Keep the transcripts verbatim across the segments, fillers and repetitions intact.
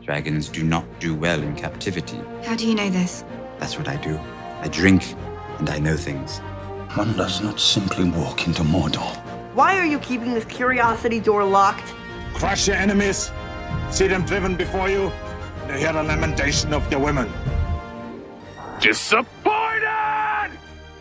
dragons do not do well in captivity. How do you know this? That's what I do. I drink, and I know things. One does not simply walk into Mordor. Why are you keeping this curiosity door locked? Crush your enemies, see them driven before you, and hear the lamentation of their women. Disappointed!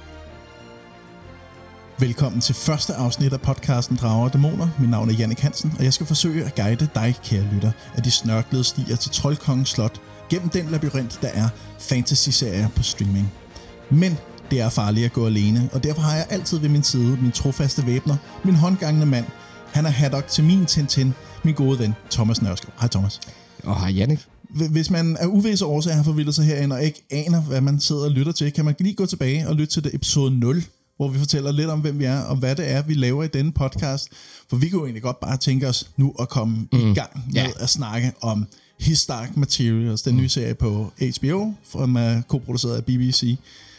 Velkommen til første afsnit af podcasten Drager og Dæmoner. Mit navn er Jannik Hansen, og jeg skal forsøge at guide dig, kære lytter, af de snørklede stier til Troldkongens Slot, gennem den labyrint, der er fantasy-serier på streaming. Men det er farligt at gå alene, og derfor har jeg altid ved min side min trofaste væbner, min håndgangende mand. Han er haddock til min Tintin, min gode ven, Thomas Nørskov. Hej Thomas. Og hej Jannik. Hvis man af uvisse årsager har forvildet sig herinde og ikke aner, hvad man sidder og lytter til, kan man lige gå tilbage og lytte til det episode nul, hvor vi fortæller lidt om, hvem vi er, og hvad det er, vi laver i denne podcast. For vi kunne jo egentlig godt bare tænke os nu at komme mm. i gang med yeah. at snakke om His Dark Materials, den mm. nye serie på H B O, som er koproduceret af B B C.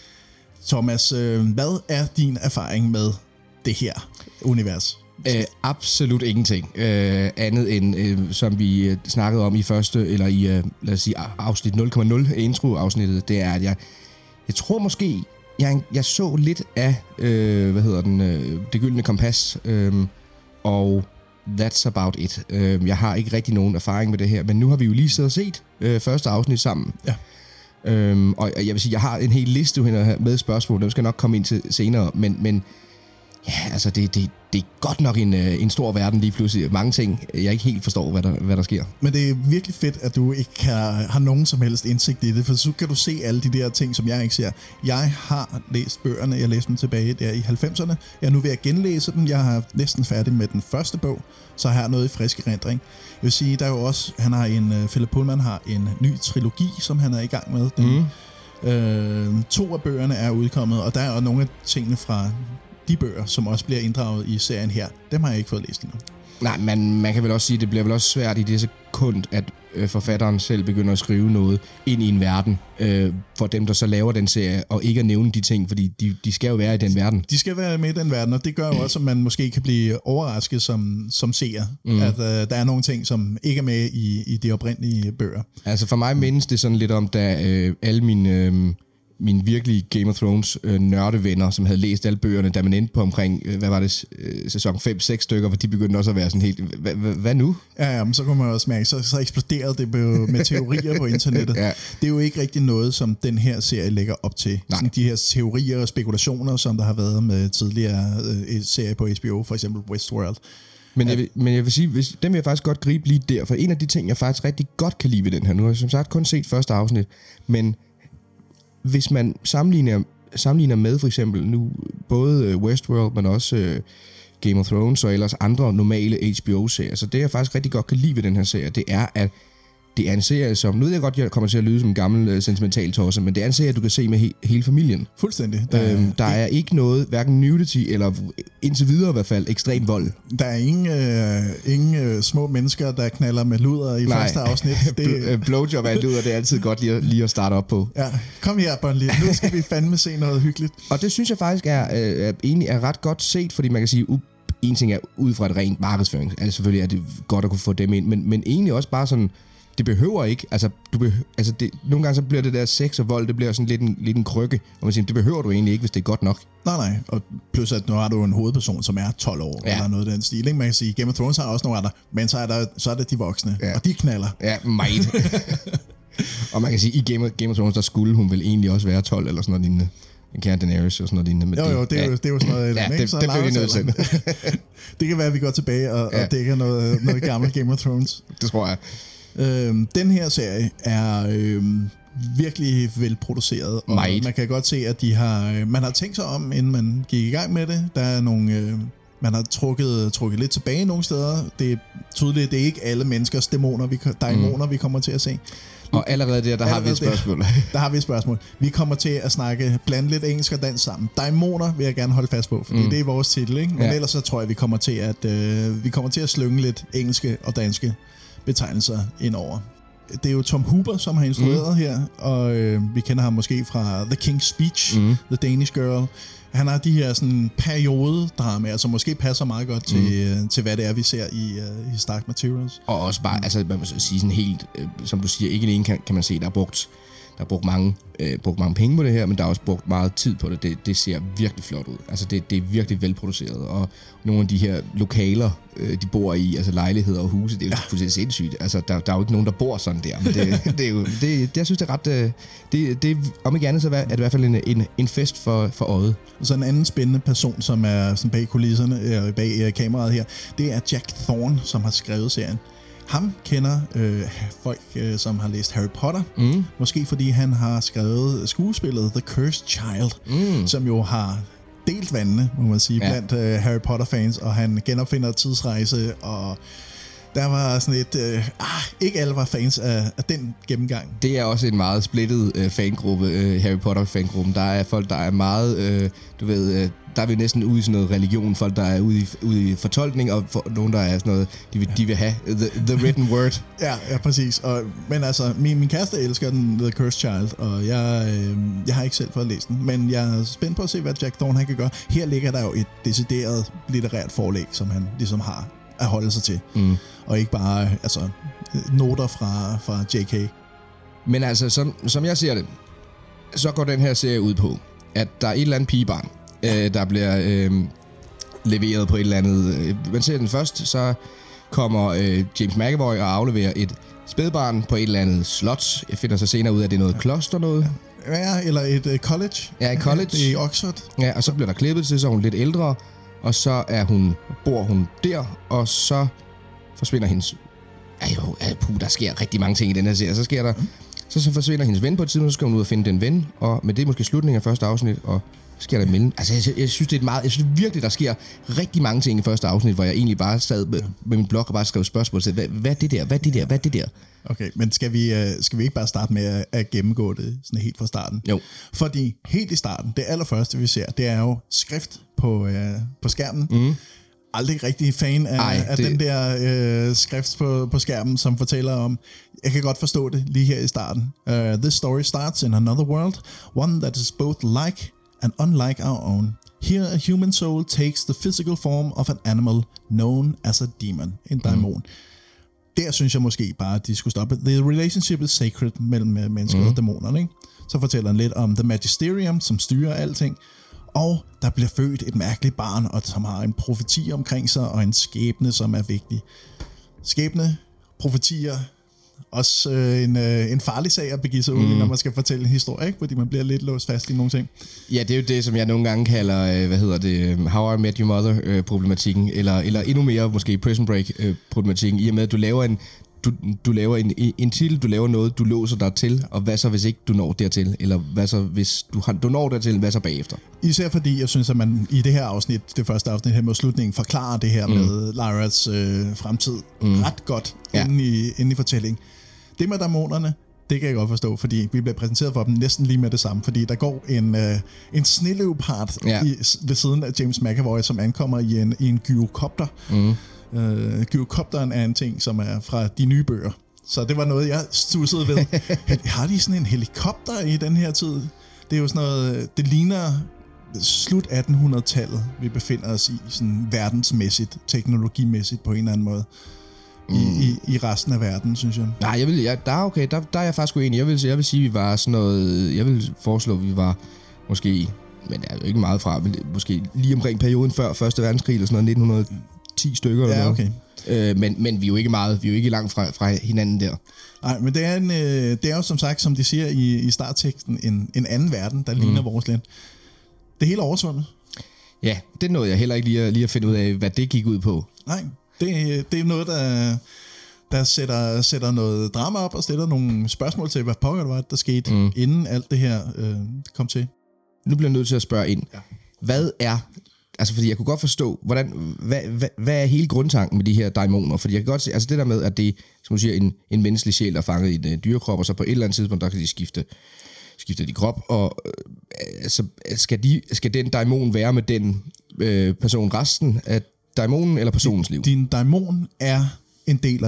Thomas, øh, hvad er din erfaring med det her univers? Øh, absolut ingenting. Øh, andet end, øh, som vi snakkede om i første, eller i, øh, lad os sige, afsnit nul komma nul, intro-afsnittet, det er, at jeg, jeg tror måske, jeg, jeg så lidt af, øh, hvad hedder den, øh, Det Gyldne Kompas, øh, og that's about it. Øh, jeg har ikke rigtig nogen erfaring med det her, men nu har vi jo lige siddet og set øh, første afsnit sammen. Ja. Øhm, og jeg vil sige, jeg har en hel liste med spørgsmål, dem skal jeg nok komme ind til senere, men, men ja, altså det, det, det er godt nok en, en stor verden lige pludselig. Mange ting, jeg ikke helt forstår, hvad der, hvad der sker. Men det er virkelig fedt, at du ikke kan, har nogen som helst indsigt i det, for så kan du se alle de der ting, som jeg ikke ser. Jeg har læst bøgerne, jeg læste dem tilbage der i halvfemserne. Jeg er nu ved at genlæse dem. Jeg har næsten færdig med den første bog, så har jeg noget i frisk erindring. Jeg vil sige, der er jo også, han har en, Philip Pullman har en ny trilogi, som han er i gang med. Den, mm. øh, to af bøgerne er udkommet, og der er også nogle af tingene fra de bøger, som også bliver inddraget i serien her. Dem har jeg ikke fået læst endnu. Nej, men man kan vel også sige, at det bliver vel også svært i det sekund, at øh, forfatteren selv begynder at skrive noget ind i en verden, øh, for dem, der så laver den serie, og ikke at nævne de ting, fordi de, de skal jo være i den verden. De skal være med i den verden, og det gør jo også, at man måske kan blive overrasket som, som seer, mm. at øh, der er nogle ting, som ikke er med i, i de oprindelige bøger. Altså for mig mindes det sådan lidt om, da øh, alle mine... Øh, mine virkelige Game of Thrones øh, nørdevenner, som havde læst alle bøgerne, da man endte på omkring, øh, hvad var det, øh, sæson fem seks stykker, hvor de begyndte også at være sådan helt, hvad nu? Ja, ja, men så kunne man også mærke, så, så eksploderede det med teorier på internettet. Ja. Det er jo ikke rigtig noget, som den her serie lægger op til. Sådan de her teorier og spekulationer, som der har været med tidligere øh, serier på H B O, for eksempel Westworld. Men jeg, vil, men jeg vil sige, hvis, dem vil jeg faktisk godt gribe lige der, for en af de ting, jeg faktisk rigtig godt kan lide ved den her, nu har jeg som sagt kun set første afsnit, men hvis man sammenligner, sammenligner med for eksempel nu både Westworld, men også uh, Game of Thrones og ellers andre normale H B O-serier, så det jeg faktisk rigtig godt kan lide ved den her serie, det er, at det er en serie, som, nu ved jeg godt, jeg kommer til at lyde som en gammel uh, sentimental tosse, men det er en serie, du kan se med he- hele familien. Fuldstændig. Der, øhm, der det, er ikke noget, hverken nudity eller indtil videre i hvert fald, ekstrem vold. Der er ingen, øh, ingen øh, små mennesker, der knaller med luder i Nej. første afsnit. Det, Blowjob af luder, det er altid godt lige at, lige at starte op på. Ja, kom her, Bonli. Nu skal vi fandme se noget hyggeligt. Og det synes jeg faktisk er, øh, egentlig er ret godt set, fordi man kan sige, up, en ting er ud fra et rent markedsføring. Altså selvfølgelig er det godt at kunne få dem ind, men, men egentlig også bare sådan, det behøver ikke, altså, du behøver, altså det, nogle gange så bliver det der sex og vold, det bliver sådan lidt en, lidt en krykke, og man siger, det behøver du egentlig ikke, hvis det er godt nok. Nej, nej, og plus at nu har du en hovedperson, som er tolv år, ja. Eller noget af den stil, ikke? Man kan sige, Game of Thrones har også nogle andre, men så er, der, så er det de voksne, ja. Og de knaller. Ja, meget. Og man kan sige, i Game of, Game of Thrones, der skulle hun vel egentlig også være tolv, eller sådan noget lignende. En kære Daenerys og sådan noget lignende. Men jo, jo, det er jo, det er jo sådan noget. Ja, det, det, det blev de nødt til. Det kan være, at vi går tilbage og, ja. og dækker noget, noget gammelt Game of Thrones. Det tror jeg. Øhm, den her serie er øhm, virkelig velproduceret, og Might. Man kan godt se, at de har, man har tænkt sig om, inden man gik i gang med det. Der er nogle, øh, man har trukket, trukket lidt tilbage nogle steder. Det er tydeligt, det er ikke alle menneskers dæmoner, vi, dæmoner, mm. vi kommer til at se. Og allerede der, der allerede har vi et spørgsmål. Der, der har vi et spørgsmål. Vi kommer til at snakke, blande lidt engelsk og dansk sammen. Dæmoner vil jeg gerne holde fast på, fordi mm. det er vores titel, ikke? Men ja. Ellers så tror jeg, vi kommer til at, øh, vi kommer til at slynge lidt engelske og danske betegnelser indover. det er jo Tom Hooper, som har instrueret mm. her, og øh, vi kender ham måske fra The King's Speech, mm. The Danish Girl. Han har de her sådan periodedramaer, som måske passer meget godt til, mm. til hvad det er, vi ser i, uh, i Stark Materials. Og også bare, altså man må sige sådan helt, øh, som du siger, ikke alene kan, kan man se, der er brugt, der er brugt mange, øh, brugt mange penge på det her, men der er også brugt meget tid på det. Det, det ser virkelig flot ud. Altså det, det er virkelig velproduceret, og nogle af de her lokaler, øh, de bor i, altså lejligheder og huse, det er jo ja. fuldstændig sindssygt. Altså der, der er jo ikke nogen, der bor sådan der, men det, det er jo, det, det, jeg synes, det er ret, øh, det, det om ikke andet, så er det i hvert fald en, en, en fest for, for øjet. Så en anden spændende person, som er sådan bag kulisserne, øh, bag øh, kameraet her, det er Jack Thorne, som har skrevet serien. Ham kender øh, folk, øh, som har læst Harry Potter, mm. måske fordi han har skrevet skuespillet The Cursed Child, mm. som jo har delt vandene, må man sige, ja. blandt øh, Harry Potter-fans, og han genopfinder tidsrejse, og der var sådan et... Øh, ah, ikke alle var fans af, af den gennemgang. Det er også en meget splittet øh, fangruppe, øh, Harry Potter-fangruppen. Der er folk, der er meget... Øh, du ved... Øh, der er vi næsten ude i sådan noget religion. Folk, der er ude i, ude i fortolkning, og for, nogen, der er sådan noget... De vil, de vil have the, the written word. ja, ja, præcis. Og, men altså, min, min kæreste elsker den, The Cursed Child, og jeg, øh, jeg har ikke selv fået læst den, men jeg er spændt på at se, hvad Jack Thorne han kan gøre. Her ligger der jo et decideret litterært forlæg, som han ligesom har at holde sig til. Mm. Og ikke bare altså, noter fra, fra J K. Men altså, som, som jeg ser det, så går den her serie ud på, at der er et eller andet pigebarn, øh, der bliver øh, leveret på et eller andet... Øh, man ser den først, så kommer øh, James McAvoy og afleverer et spædbarn på et eller andet slot. Jeg finder så senere ud af, at det er noget kloster noget. Ja, eller et uh, college. Ja, et college. I Oxford. Ja, og så bliver der klippet til, så er hun lidt ældre, og så er hun, bor hun der, og så forsvinder hendes... Ej, jo, puh, der sker rigtig mange ting i den her serie. Så sker der... Så, så forsvinder hendes ven på et tidspunkt, så skal hun ud og finde den ven, og med det er måske slutningen af første afsnit, og så sker der imellem. Altså, jeg, jeg synes, det er et meget... Jeg synes virkelig, der sker rigtig mange ting i første afsnit, hvor jeg egentlig bare sad med, med min blog og bare skrev spørgsmål til, hvad, hvad er det der? Hvad er det der? Hvad er det der? Okay, men skal vi, skal vi ikke bare starte med at, at gennemgå det sådan helt fra starten? Jo. Fordi helt i starten, det allerførste, vi ser, det er jo skrift på, øh, på skærmen. Mm. Aldrig rigtig fan af, Ej, af det... den der øh, skrift på, på skærmen, som fortæller om... Jeg kan godt forstå det lige her i starten. Uh, This story starts in another world, one that is both like and unlike our own. Here a human soul takes the physical form of an animal known as a demon. En dæmon. Mm. Der synes jeg måske bare, at de skulle stoppe. The relationship is sacred mellem mennesker mm. og dæmonerne. Ikke? Så fortæller han lidt om The Magisterium, som styrer alting. Og der bliver født et mærkeligt barn, og som har en profeti omkring sig, og en skæbne, som er vigtig. Skæbne, profetier, også øh, en, øh, en farlig sag at begive sig ud, mm. når man skal fortælle en historie, ikke? Fordi man bliver lidt låst fast i nogle ting. Ja, det er jo det, som jeg nogle gange kalder, hvad hedder det, How I Met Your Mother-problematikken, eller, eller endnu mere måske Prison Break-problematikken, i og med, at du laver en Du, du laver en, en titel, du laver noget, du låser dig til, og hvad så, hvis ikke du når dertil? Eller hvad så, hvis du, du når dertil, hvad så bagefter? Især fordi, jeg synes, at man i det her afsnit, det første afsnit her med slutningen, forklarer det her mm. med Lyras øh, fremtid mm. ret godt ja. inde, i, inde i fortællingen. Det med dæmonerne, det kan jeg godt forstå, fordi vi bliver præsenteret for dem næsten lige med det samme, fordi der går en, øh, en sneleopard ja. i, ved siden af James McAvoy, som ankommer i en, i en gyrokopter. Mm. Uh, gyrokopteren er en ting, som er fra de nye bøger. Så det var noget, jeg stussede ved. Har de sådan en helikopter i den her tid? Det er jo sådan noget, det ligner slut attenhundredetallet, vi befinder os i, sådan verdensmæssigt, teknologimæssigt på en eller anden måde. I, mm. i, i resten af verden, synes jeg. Nej, jeg vil, jeg, der, er okay, der, der er jeg faktisk uenig. Jeg vil, jeg vil sige, at vi var sådan noget... Jeg vil foreslå, at vi var måske... Men det er jo ikke meget fra. Måske lige omkring perioden før første verdenskrig, eller sådan noget, nitten hundrede ti stykker eller ja, noget. Okay. Øh, men, men vi er jo ikke meget, vi er jo ikke langt fra, fra hinanden der. Nej, men det er, en, øh, det er jo som sagt, som de siger i, i startteksten, en, en anden verden, der mm. ligner vores land. Det hele oversvundet. Ja, det nåede jeg heller ikke lige at, lige at finde ud af, hvad det gik ud på. Nej, det, det er noget, der, der sætter, sætter noget drama op og stiller nogle spørgsmål til, hvad pokker det var, der skete, mm. inden alt det her øh, kom til. Nu bliver jeg nødt til at spørge ind. Ja. Hvad er... Altså, fordi jeg kunne godt forstå, hvordan, hvad, hvad, hvad er hele grundtanken med de her dæmoner? Fordi jeg kan godt se, altså det der med, at det som du siger, en, en menneskelig sjæl, der er fanget i en uh, dyrekrop, og så på et eller andet tidspunkt, der kan de skifte, skifte de krop, og øh, altså, skal, de, skal den dæmon være med den øh, person resten af dæmonen eller personens liv? Din dæmon er en del af dig.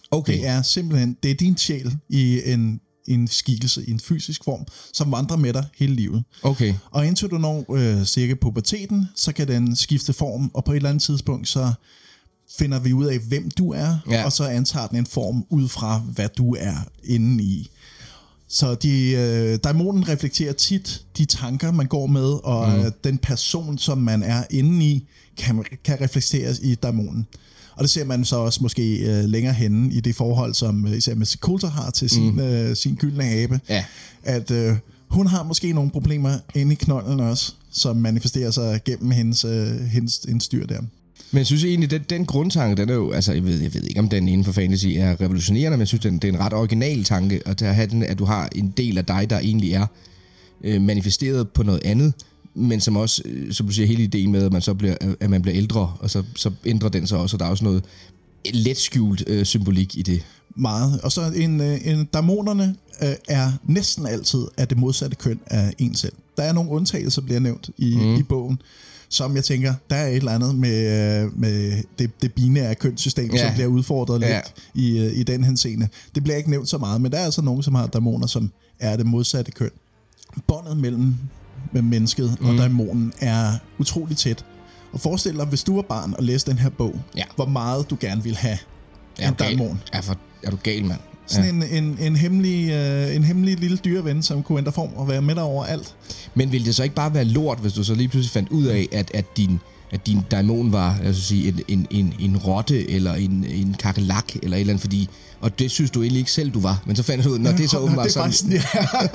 Okay. Det er simpelthen, det er din sjæl i en, en skikkelse, i en fysisk form, som vandrer med dig hele livet. Okay. Og indtil du når øh, cirka puberteten, så kan den skifte form, og på et eller andet tidspunkt, så finder vi ud af, hvem du er, ja. og så antager den en form ud fra, hvad du er inde i. Så de, øh, dæmonen reflekterer tit de tanker, man går med, og mm. øh, den person, som man er inde i, kan, kan reflekteres i dæmonen. Og det ser man så også måske øh, længere henne i det forhold, som øh, især Misty Coulter har til sin, mm. øh, sin gyldne abe. Ja. At øh, hun har måske nogle problemer inde i knolden også, som manifesterer sig gennem hendes, øh, hendes, hendes styr der. Men jeg synes egentlig, den, den grundtanke, den er jo, altså jeg ved, jeg ved ikke, om den inden for fantasy er revolutionerende, men jeg synes, den, det er en ret original tanke, at, have den, at du har en del af dig, der egentlig er øh, manifesteret på noget andet, men som også, som du siger, hele ideen med, at man så bliver, at man bliver ældre, og så, så ændrer den sig også, og der er også noget let skjult øh, symbolik i det. Meget. Og så en, en dæmonerne øh, er næsten altid af det modsatte køn af en selv. Der er nogle undtagelser, bliver nævnt i, mm. i bogen, som jeg tænker, der er et eller andet med, med det, det binære kønssystem, ja. som bliver udfordret lidt ja. i, i den henseende. Det bliver ikke nævnt så meget, men der er altså nogen, som har dæmoner, som er det modsatte køn. Båndet mellem med mennesket mm. og dæmonen er utrolig tæt. Og forestil dig, hvis du var barn og læste den her bog, ja. hvor meget du gerne ville have er en dæmon. Er, for, er du gal, mand? Sådan ja. en, en, en, hemmelig, øh, en hemmelig lille dyreven, som kunne ændre form og være med dig overalt. Men ville det så ikke bare være lort, hvis du så lige pludselig fandt ud af, at, at din... at din dæmon var, altså sige, en, en, en, en rotte, eller en, en kakelak, eller et eller andet, fordi, og det synes du egentlig ikke selv, du var, men så fandt du ud, når det er så åbenbart sådan. Det er faktisk sådan,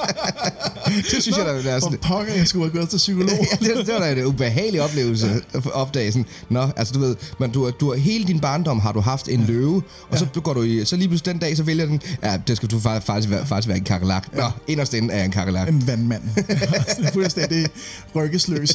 ja. Det synes jeg, der er sådan. Hvor pokker, jeg skulle have gået til psykolog. Ja, det, det var da en ubehagelig oplevelse at opdage sådan. Nå, altså du ved, men du, du har hele din barndom har du haft en løve, og så går du i, så lige pludselig den dag, så vælger den, ja, det skal du faktisk være, faktisk være en kakelak. Nå, inderst inde er en kakelak. En vandmand. Fuldstændig rykkesløs.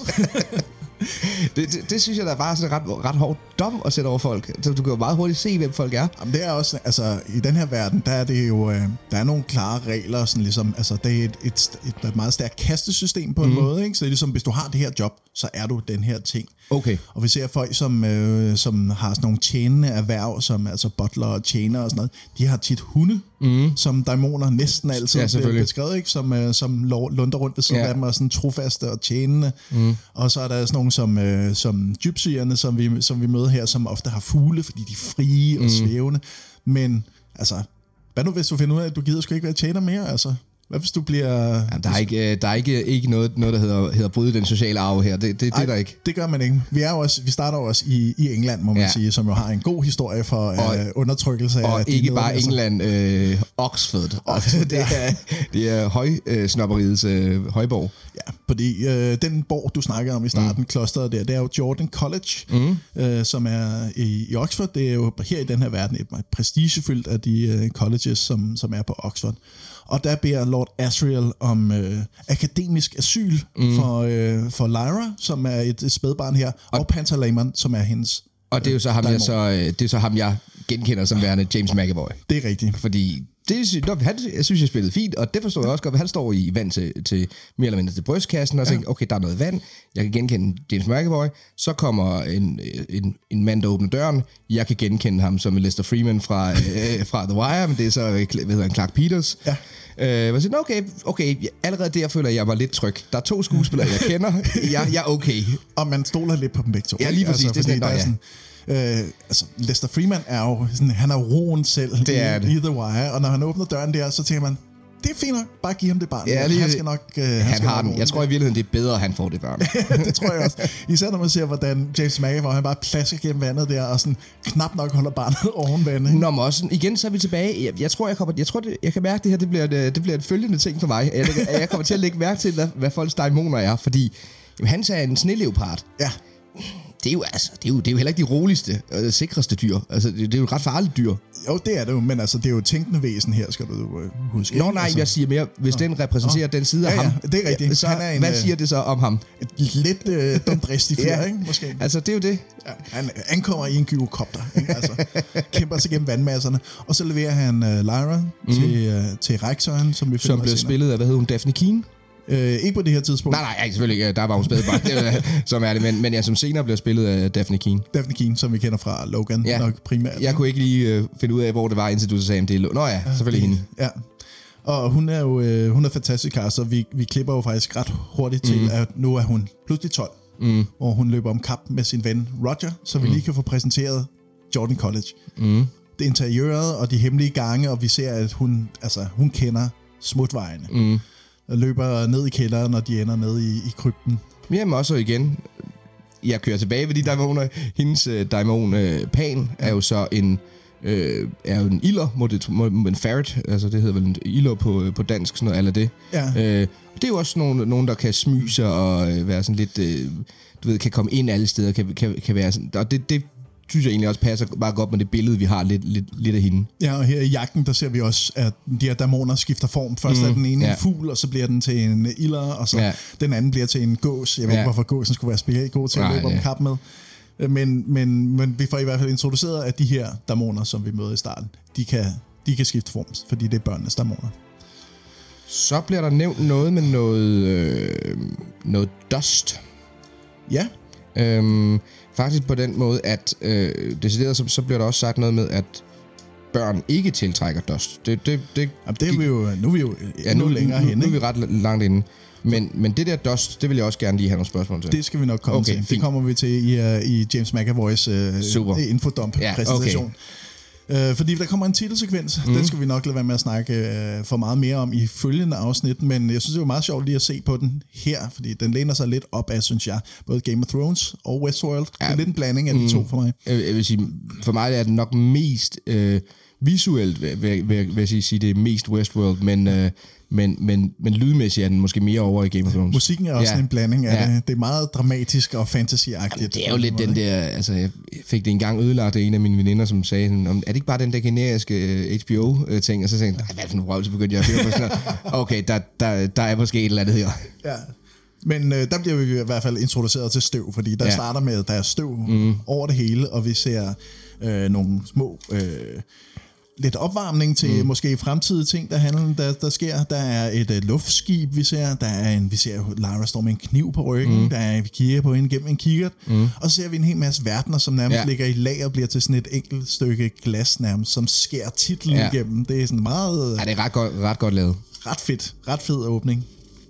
Det, det, det synes jeg, der er bare sådan ret, ret hårdt dom at sætte over folk. Så du kan jo meget hurtigt se, hvem folk er. Jamen, det er også, altså i den her verden, der er det jo, øh, der er nogle klare regler, sådan ligesom, altså det er et, et, et, et meget stærkt kastesystem på en mm. måde, ikke? Så det er ligesom, hvis du har det her job, så er du den her ting. Okay. Og vi ser folk, som, øh, som har sådan nogle tjenende erhverv, som altså butler og tjener og sådan noget, de har tit hunde, mm. som dæmoner næsten altid ja, bliver beskrevet, ikke? Som, øh, som lunder rundt ved siden ja. af dem, og sådan trofaste og tjenende. Mm. Og så er der sådan nogle som, øh, som gypsierne, som vi, som vi møder her, som ofte har fugle, fordi de er frie og mm. svævende. Men altså, hvad nu hvis du finder ud af, at du gider sgu ikke være tjener mere, altså? Hvad hvis du bliver... Jamen, der er ikke, der er ikke, ikke noget, noget, der hedder, hedder bryde den sociale arv her. Det, det, Ej, det er der ikke. Det gør man ikke. Vi, er jo også, vi starter jo også i, i England, må man ja. sige, som jo har en god historie for og, øh, undertrykkelse. Og af ikke bare altså. England, øh, Oxford. Oxford det, er, det er højsnopperiets øh, højborg. Ja, fordi øh, den borg, du snakkede om i starten, mm. klosteret der, det er jo Jordan College, mm. øh, som er i, i Oxford. Det er jo her i den her verden et meget prestigefyldt af de øh, colleges, som, som er på Oxford. Og der beder Lord Asriel om øh, akademisk asyl mm. for, øh, for Lyra, som er et, et spædbarn her, og, og Pantalaimon, som er hendes. Og det er jo så ham, jeg, så, det er så ham, jeg genkender som værende James McAvoy. Det er rigtigt. Fordi det, han, jeg synes, jeg spillede fint, og det forstår jeg også godt. Han står i vand til, til mere eller mindre til brystkassen, og ja. tænker, okay, der er noget vand, jeg kan genkende James McAvoy. Så kommer en, en, en mand, der åbner døren. Jeg kan genkende ham som Lester Freeman fra, øh, fra The Wire, men det er så, hvad hedder han, Clark Peters. Ja. Øh, jeg siger, okay, okay, allerede der føler jeg, jeg var lidt tryg. Der er to skuespillere, jeg kender. Jeg, jeg er okay. Og man stoler lidt på dem begge to. Ja, lige præcis. Altså, det er sådan, der er sådan, Øh, altså Lester Freeman er jo sådan, han er roen selv det er i, det. i The Wire, og når han åbner døren der, så tænker man, det er fint nok, bare giv ham det barn. Ja, lige, han skal nok øh, han, han skal har den. Jeg tror i virkeligheden, det er bedre, at han får det barn. Det tror jeg også. Især når man ser, hvordan James McAvoy, han bare plasker gennem vandet der, og sådan knap nok holder barnet oven vandet. Nå, men også, igen, så er vi tilbage. Jeg, jeg tror, jeg, kommer, jeg, tror det, jeg kan mærke, at det her det bliver, det, det bliver et følgende ting for mig. Jeg, jeg kommer til at lægge mærke til, hvad, hvad folks dæmoner er, fordi jamen, han er en sneleopard. Ja. Det er, jo, altså, det, er jo, det er jo heller ikke de roligste og øh, sikreste dyr. Altså, det, det er jo et ret farligt dyr. Jo, det er det jo, men altså, det er jo tænkende væsen her, skal du øh, huske. Nå nej, altså, jeg siger mere, hvis Nå. den repræsenterer Nå. den side af ja, ja, ham. det er rigtigt. Så, han er en, hvad siger det så om ham? Et lidt øh, dumdristig fyr, ja. ikke? Måske. Altså, det er jo det. Ja, han ankommer i en gyrokopter, ikke? Altså, kæmper sig gennem vandmasserne, og så leverer han uh, Lyra mm. til, uh, til Rexøjen, som vi finder Som blev spillet af, hvad hed hun, Daphne Keane? Øh, ikke på det her tidspunkt. Nej, nej, selvfølgelig ikke. Der var hun spædbarn, som er det. Men, men ja, som senere bliver spillet af Daphne Keane. Daphne Keane, som vi kender fra Logan ja. nok primært. Jeg kunne ikke lige uh, finde ud af, hvor det var, indtil du sagde, at det er... Nå ja, selvfølgelig hende. Ja. Og hun er jo øh, hun er fantastisk, så vi, vi klipper jo faktisk ret hurtigt til, mm. at nu er hun pludselig tolv. Mm. Og hun løber om kap med sin ven Roger, så vi mm. lige kan få præsenteret Jordan College. Mm. Det interiøret og de hemmelige gange, og vi ser, at hun, altså, hun kender smutvejene. Mm. Og løber ned i kælderen, når de ender ned i, i krypten. Jamen også igen, jeg kører tilbage ved de dæmoner. Hendes øh, dæmon øh, Pan er jo så en øh, er jo en ilder, mod det, mod en ferret, altså det hedder vel en ilder på, på dansk, sådan noget, eller det. Ja. Øh, det er jo også nogen, nogen der kan smyge sig og øh, være sådan lidt, øh, du ved, kan komme ind alle steder, kan, kan, kan være sådan, og det, det synes jeg egentlig også passer meget godt med det billede, vi har lidt, lidt, lidt af hende. Ja, og her i jagten, der ser vi også, at de her dæmoner skifter form. Først mm, er den ene ja. en fugl, og så bliver den til en ilder, og så ja. den anden bliver til en gås. Jeg ved ja. ikke, hvorfor gåsen skulle være specielt god til at løbe om kap med. Men, men, men vi får i hvert fald introduceret, at de her dæmoner, som vi møder i starten, de kan, de kan skifte form, fordi det er børnenes dæmoner. Så bliver der nævnt noget med noget, øh, noget dust. Ja. Øhm, faktisk på den måde, at øh, decideret, så, så bliver der også sagt noget med, at børn ikke tiltrækker dust. Det, det, det, Jamen, det er vi jo, nu er vi jo ja, endnu nu, længere nu, henne. Nu er vi ret langt inde. Men, men det der dust, det vil jeg også gerne lige have nogle spørgsmål til. Det skal vi nok komme okay, til. Fint. Det kommer vi til i, uh, i James McAvoys uh, infodump-præsentation. Ja, okay. Uh, fordi der kommer en titelsekvens, mm. den skal vi nok lade være med at snakke uh, for meget mere om i følgende afsnit, men jeg synes, det er meget sjovt lige at se på den her, fordi den læner sig lidt op af, synes jeg, både Game of Thrones og Westworld. Ja. Det er lidt en blanding af de mm. to for mig. Jeg, jeg vil sige, for mig er det nok mest øh, visuelt, vil, vil, vil, vil jeg sige, det er mest Westworld, men... Øh, Men, men, men lydmæssigt er den måske mere over i Game of Thrones. Musikken er også ja. en blanding af ja. det. Det er meget dramatisk og fantasy-agtigt. Det er jo lidt den der, altså jeg fik det engang ødelagt af en af mine veninder, som sagde, er det ikke bare den der generiske H B O-ting? Og så sagde jeg, hvad for en røv, så begyndte jeg at høre på sådan noget. Okay, der, der, der er måske et eller andet her. Ja. Men øh, der bliver vi i hvert fald introduceret til støv, fordi der ja. starter med, at der er støv mm. over det hele, og vi ser øh, nogle små... Øh, lidt opvarmning til mm. måske fremtidige ting, der, handler, der, der sker. Der er et uh, luftskib, vi ser. Der er en, vi ser Lara står med en kniv på ryggen. Mm. Der er, vi kigger på hende gennem en kikkert. Mm. Og så ser vi en hel masse verdener, som nærmest ja. ligger i lag og bliver til sådan et enkelt stykke glas nærmest, som skærer titlen ja. igennem. Det er sådan meget... Ja, det er ret godt, ret godt lavet. Ret fedt. Ret fed åbning.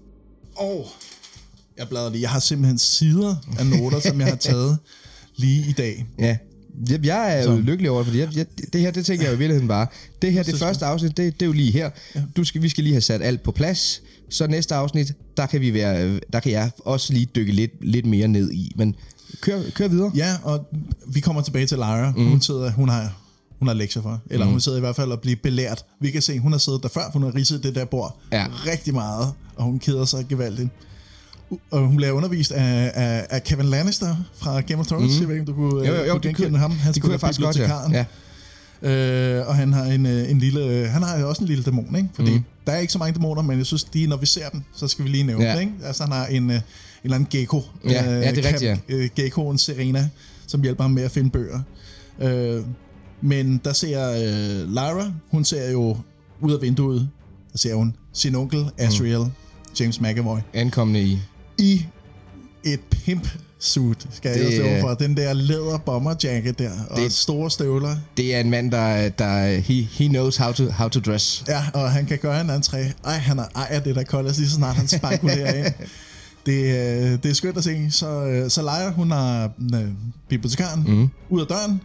Og jeg bladrer lige. Jeg har simpelthen sider af noter, som jeg har taget lige i dag. Ja. Jeg er jo så. lykkelig over, fordi jeg, jeg, det her, det tænker jeg jo i virkeligheden bare. Det her, det så første afsnit, det, det er jo lige her. Ja. Du skal, vi skal lige have sat alt på plads. Så næste afsnit, der kan vi være, der kan jeg også lige dykke lidt, lidt mere ned i. Men kør, kør videre. Ja, og vi kommer tilbage til Lara. Mm. Hun sidder, hun har, hun har lektier for. Eller mm. hun sidder i hvert fald og bliver belært. Vi kan se, hun har siddet der før, for hun har ridset det der bord ja. rigtig meget. Og hun keder sig gevaldigt. Og hun bliver undervist af, af, af Kevin Lannister fra Game of Thrones. Mm. Jeg ved ikke, om du kunne, jo, jo, jo, kunne genkende kunne, ham. Han det kunne jeg faktisk godt, ja. ja. Øh, og han har en, en lille, han har også en lille dæmon, ikke? Fordi mm. der er ikke så mange dæmoner, men jeg synes, de, når vi ser dem, så skal vi lige nævne ja. det, ikke? Altså, han har en, en eller anden gecko. Ja, øh, ja det er rigtigt, ja. Øh, geckoen Serena, som hjælper ham med at finde bøger. Øh, men der ser øh, Lara, hun ser jo ud af vinduet, der ser hun sin onkel, Asriel, mm. James McAvoy. Ankommende i... i et pimp-suit, skal det, jeg stå for. Den der læder bomberjacket der, og det, store støvler. Det er en mand, der, der he, he knows how to, how to dress. Ja, og han kan gøre en entré. Ej, han ejer det der koldes, lige så snart han spankulerer ind. Det, det er skønt at se. Så, så Lara, hun har øh, bibliotekaren mm. ud af døren.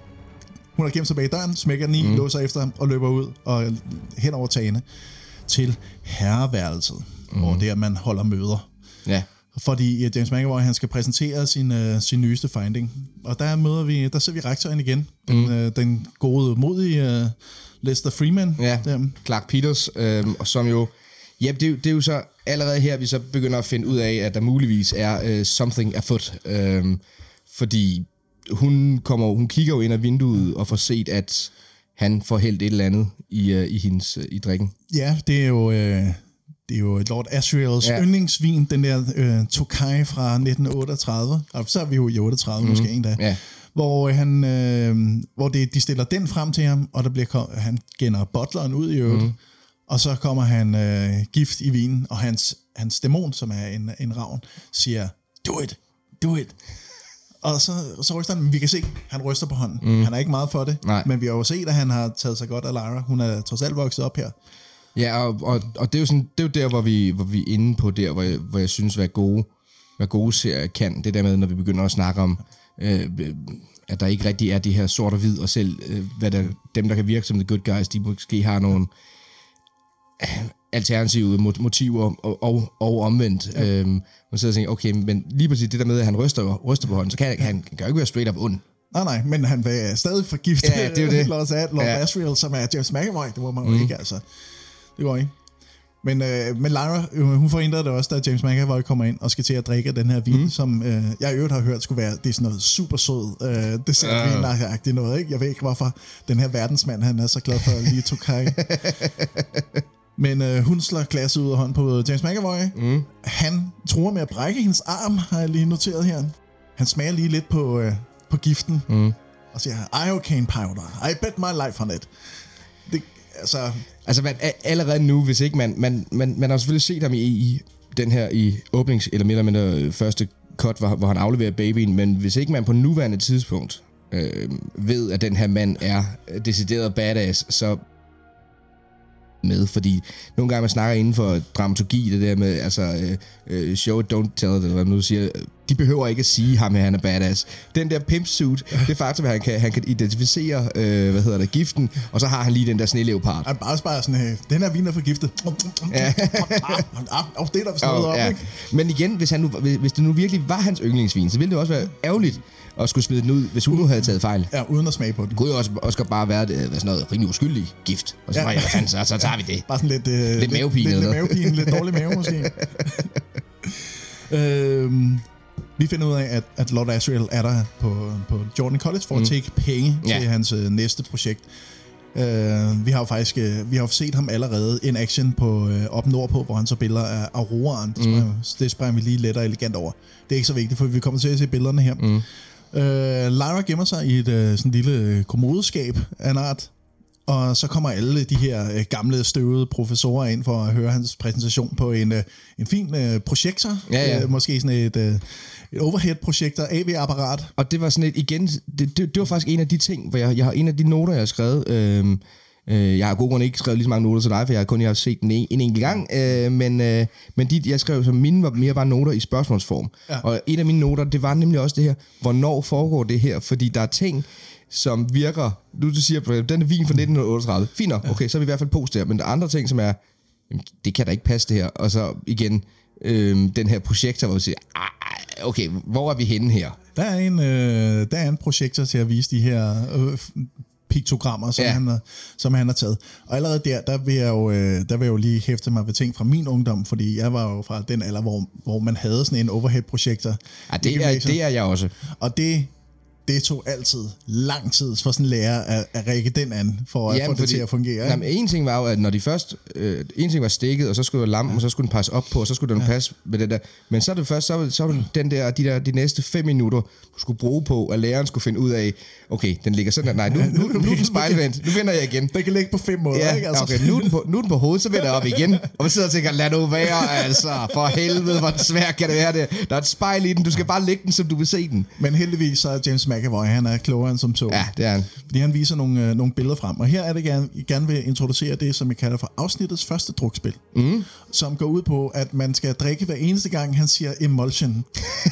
Hun har gemt sig bag døren, smækker den i, mm. låser efter ham og løber ud og hen over tagene til herreværelset, mm. hvor det er, man holder møder. Ja. Fordi James McAvoy, han skal præsentere sin, uh, sin nyeste finding. Og der møder vi, der ser vi rektoren igen. Den, mm. uh, den gode, modige uh, Lester Freeman. Ja, der. Clark Peters, øh, som jo... Ja, det, det er jo så allerede her, vi så begynder at finde ud af, at der muligvis er uh, something afoot. Øh, fordi hun, kommer, hun kigger jo ind ad vinduet og får set, at han får hældt et eller andet i, uh, i hendes uh, i drikken. Ja, det er jo... Uh Det er jo Lord Asriels ja. yndlingsvin, den der øh, Tokai fra nitten otteogtredive. Og så er vi jo i otteogtredive mm. måske en dag. Ja. Hvor, han, øh, hvor det, de stiller den frem til ham, og der bliver, han gænder butleren ud i øvrigt. Mm. Og så kommer han øh, gift i vinen, og hans, hans dæmon, som er en, en ravn, siger, do it, do it. Og så, så ryster han, men vi kan se, han ryster på hånden. Mm. Han er ikke meget for det, Nej. men vi har jo set, at han har taget sig godt af Lyra. Hun er trods alt vokset op her. Ja, og, og, og det er jo sådan, det er jo der, hvor vi, hvor vi er inde på der, hvor jeg, hvor jeg synes, hvad gode, hvad gode serier kan. Det der med, når vi begynder at snakke om, øh, at der ikke rigtig er de her sort og hvid, og selv øh, hvad der, dem, der kan virke som the good guys, de måske har nogle alternative motiver og, og, og omvendt. Ja. Øhm, man sidder og tænker, okay, men lige præcis det der med, at han ryster, ryster på hånden, så kan han, han kan jo ikke være straight up ond. Nej, nej, men han vil stadig forgifte ja, det er jo det. Lord, Lord ja. Asriel, som er James McAvoy. Det må man jo mm. ikke, altså. Det går ikke. Men, øh, men Lyra, hun forhindrer det også, da James McAvoy kommer ind og skal til at drikke den her vin, mm. som øh, jeg i øvrigt har hørt skulle være, det er sådan noget super sød, øh, det ser uh. vinagtigt noget, ikke? Jeg ved ikke, hvorfor den her verdensmand, han er så glad for lige Tokai. Men øh, hun slår glasset ud af hånden på James McAvoy. Mm. Han truer med at brække hendes arm, har jeg lige noteret her. Han smager lige lidt på, øh, på giften, mm. og siger, iocane powder, I bet my life on it. Det, altså... Altså, man, allerede nu, hvis ikke man... Man, man, man har selvfølgelig set ham i, i den her, i åbnings- eller mere eller mindre første cut, hvor, hvor han afleverer babyen, men hvis ikke man på nuværende tidspunkt øh, ved, at den her mand er decideret badass, så... med, fordi nogle gange man snakker inden for dramaturgi, det der med, altså, uh, show it, don't tell it, eller hvad man nu siger, de behøver ikke at sige ham, at han er badass. Den der pimp suit, det er faktisk, at han kan, han kan identificere, uh, hvad hedder det, giften, og så har han lige den der sneleopard. Han bare sparer sådan her, den her vin er forgiftet. Ja. Og det er der vist noget op, ikke? Men igen, hvis, han nu, hvis det nu virkelig var hans yndlingsvin, så ville det også være ærgerligt og skulle smide den ud, hvis hun nu havde taget fejl. Ja, uden at smage på den. Det kunne jo også, også bare være det, sådan noget rimelig uskyldig gift. Og så, ja. jeg, fandt, så, så tager vi det. Bare sådan lidt... Øh, lidt mavepine. Lidt, lidt mavepine, lidt dårlig mave måske. øhm, vi finder ud af, at, at Lord Asriel er der på, på Jordan College for mm. at take penge ja. til hans øh, næste projekt. Uh, vi har jo faktisk uh, vi har jo set ham allerede in action på uh, op nordpå, hvor han så billeder af Auroraen. Det springer, mm. det springer vi lige let og elegant over. Det er ikke så vigtigt, for vi kommer til at se billederne her. Mm. Uh, Lyra gemmer sig i et uh, sådan lille kommodeskab af en art, og så kommer alle de her uh, gamle støvede professorer ind for at høre hans præsentation på en, uh, en fin uh, projektor. Ja, ja. Uh, måske sådan et, uh, et overhead-projektor, A V-apparat. Og det var sådan et, igen, det, det, det var faktisk en af de ting, hvor jeg, jeg har en af de noter, jeg har skrevet. Øh, øh, jeg har god grund ikke skrevet lige så mange noter til dig, for jeg har kun jeg har set den en, en enkelt gang. Øh, men øh, men de, jeg skrev, som mine var mere bare noter i spørgsmålsform. Ja. Og en af mine noter, det var nemlig også det her, hvornår foregår det her? Fordi der er ting, som virker, nu du siger, den er vin fra nitten otteogtredive. Fint nok, okay, så er vi i hvert fald post der. Men der er andre ting, som er, jamen, det kan da ikke passe det her. Og så igen, øh, den her projektor, hvor vi siger, okay, hvor er vi henne her? Der er en, øh, der er en projektor til at vise de her øh, piktogrammer, som, ja. han har, som han har taget. Og allerede der, der vil, jeg jo, øh, der vil jeg jo lige hæfte mig ved ting fra min ungdom, fordi jeg var jo fra den alder, hvor, hvor man havde sådan en overhead-projektor. Ja, det er, det er jeg også. Og det... det tog altid lang tid for sådan en lærer at, at række den an, for at få det fordi, til at fungere. Jamen, en ting var jo, at når de først, øh, en ting var stikket, og så skulle lampen, ja. og så skulle den passe op på, og så skulle den ja. passe med det der. Men så er det først, så var, så var den der, de der, de næste fem minutter, du skulle bruge på, at læreren skulle finde ud af, okay, den ligger sådan der, nej, nu, nu, nu, nu er den spejlvendt, nu vender jeg igen. Den kan ligge på fem måder, ja, ikke? Altså. Okay, nu er, den på, nu er den på hovedet, så vender jeg op igen. Og vi sidder og tænker, lad nu være, altså, for helvede, hvor svært kan det være det. Der er et spejl i den, du skal bare lægge den, som du vil se den. Men heldigvis så er James McAvoy, han er klogere end som tog. Ja, det er han. Fordi han viser nogle, øh, nogle billeder frem. Og her er det, jeg gerne, jeg gerne vil introducere det, som jeg kalder for afsnittets første drukspil. Mm. Som går ud på, at man skal drikke hver eneste gang, han siger emulsion.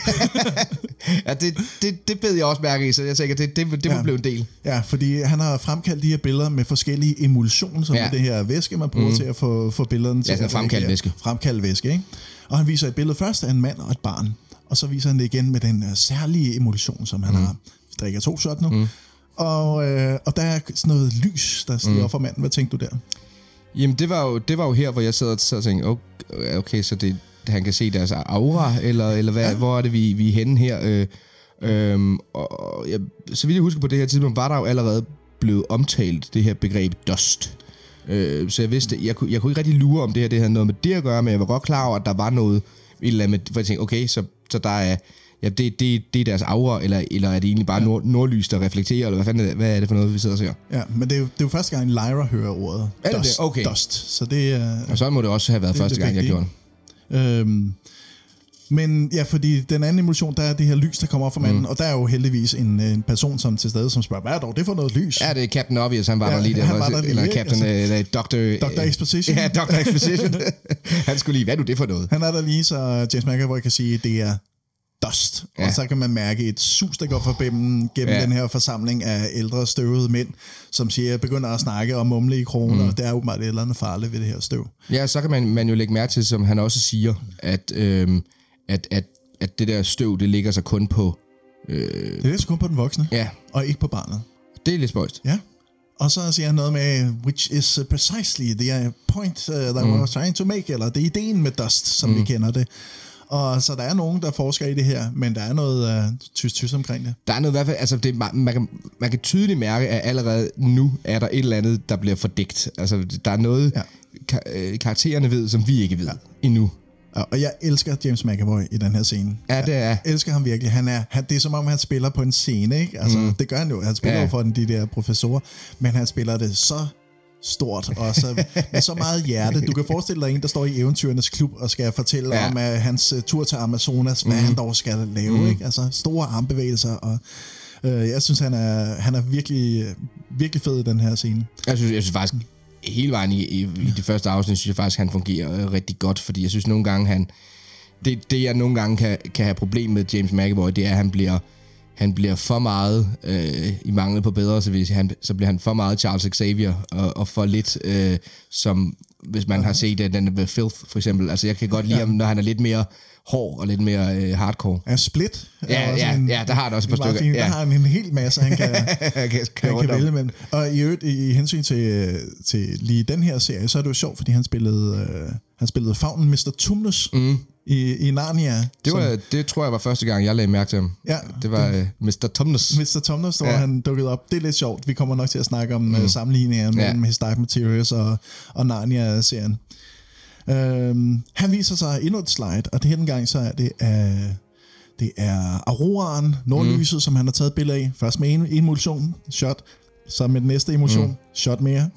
ja, det, det, det bed jeg også mærke i, så jeg tænker, det, det, det må ja. blive en del. Ja, fordi han har fremkaldt de her billeder med forskellige emulsioner, som ja. er det her væske, man bruger mm. til at få, få billederne til ja, at fremkalde væske. Fremkalde væske, ikke? Og han viser et billede først af en mand og et barn. Og så viser han det igen med den uh, særlige emulsion, som han mm. har. Vi drikker to shot nu. Mm. Og, øh, og der er sådan noget lys, der stiger mm. op for manden. Hvad tænkte du der? Jamen, det var jo, det var jo her, hvor jeg sad og, sad og tænkte, okay, okay, så det, han kan se deres aura, eller, eller hvad, ja. hvor er det, vi, vi er henne her? Øh, øh, og jeg, så vidt jeg husker på det her tidspunkt, var der jo allerede blevet omtalt det her begreb dust. Øh, så jeg vidste, jeg kunne, jeg kunne ikke rigtig lure, om det her det havde noget med det at gøre, men jeg var godt klar over, at der var noget, et eller andet, for jeg tænkte, okay, så, så der er, ja, det, det, det er deres aura, eller, eller er det egentlig bare ja. nord, nordlys, der reflekterer, eller hvad fanden er, hvad er det for noget, vi sidder og ser? Ja, men det er jo, det er jo første gang, Lyra hører ordet er dust, det? Okay. dust, så det er... Og så må det også have været det, første det gang, jeg gjorde det. Øhm, men ja, fordi den anden emulsion, der er det her lys, der kommer op fra manden, mm. og der er jo heldigvis en, en person som til stede, som spørger, hvad er dog det for noget lys? Ja, det er Captain Obvious, han var ja, der lige der. Han var der lige, eller ikke? Captain altså, uh, Doctor Doctor Exposition. Ja, Doctor Exposition. Han skulle lige, hvad er nu det for noget? Han er der lige, så James McAvoy kan sige, at det er dust. Ja. Og så kan man mærke et sus, der går forbi dem gennem ja. den her forsamling af ældre støvede mænd, som siger, begynder at snakke og mumle i kroner, mm. og det er jo meget et eller andet farligt ved det her støv. Ja, så kan man, man jo lægge mærke til, som han også siger, at, øhm, at, at, at det der støv, det ligger sig kun på... Øh, det ligger sig kun på den voksne, ja. og ikke på barnet. Det er lidt spøjst. Ja. Og så siger han noget med, which is precisely the point uh, that mm. I was trying to make, eller det er ideen med dust, som mm. vi kender det. Og så der er nogen, der forsker i det her, men der er noget uh, tys-tys omkring det. Der er noget i hvert fald, altså det, man, man, kan, man kan tydeligt mærke, at allerede nu er der et eller andet, der bliver fordækt. Altså der er noget, ja. kar- karaktererne ved, som vi ikke ved ja. endnu. Og jeg elsker James McAvoy i den her scene. Ja, det er. Jeg elsker ham virkelig. Han er, han, det er som om, han spiller på en scene, ikke? Altså, mm. det gør han jo. Han spiller ja. jo for den, de der professorer, men han spiller det så stort, og så, med så meget hjerte. Du kan forestille dig en, der står i Eventyrernes Klub og skal fortælle ja. om uh, hans uh, tur til Amazonas, hvad mm. han dog skal lave, mm. ikke? Altså store armbevægelser, og uh, jeg synes, han er, han er virkelig, virkelig fed i den her scene. Jeg synes, jeg synes faktisk, hele vejen i, i, i det første afsnit, synes jeg faktisk, han fungerer øh, rigtig godt, fordi jeg synes nogle gange, han... Det, det jeg nogle gange kan, kan have problem med James McAvoy, det er, at han bliver, han bliver for meget, øh, i mangel på bedre, så, hvis han, så bliver han for meget Charles Xavier, og, og for lidt, øh, som hvis man har set den, den ved Filth, for eksempel. Altså, jeg kan godt lide ham, når han er lidt mere hård og lidt mere øh, hardcore. Ja, Split. Ja, ja, en, ja, der har det også et par stykker. Ja. Der har han en hel masse, han kan, kan, kan, kan vælge mellem. Og i øvrigt, i hensyn til, til lige den her serie, så er det jo sjovt, fordi han spillede, øh, han spillede faunen mister Tumnus mm. i, i Narnia. Det, var, som, det tror jeg var første gang, jeg lagde mærke til ham. Ja, det var det, uh, mister Tumnus. mister Tumnus, hvor ja. han dukkede op. Det er lidt sjovt. Vi kommer nok til at snakke om mm. sammenligninger mellem ja. His Dark Materials og, og Narnia-serien. Øhm, han viser sig endnu et slide, og det her gang så er det uh, det er Auroraen, nordlyset, mm. som han har taget billeder af. Først med en emulsion, shot, så med den næste emulsion, mm. shot mere.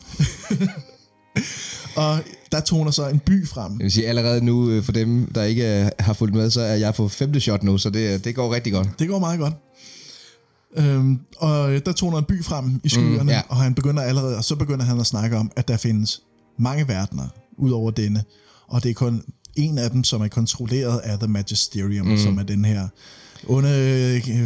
Og der toner så en by frem. Jeg vil sige, allerede nu, for dem, der ikke har fulgt med, så er jeg på femte shot nu, så det, det går rigtig godt. Det går meget godt. Øhm, og der toner en by frem i skyerne, mm, ja. og han begynder allerede, og så begynder han at snakke om, at der findes mange verdener ud over denne, og det er kun en af dem, som er kontrolleret af The Magisterium, mm. som er den her onde, øh,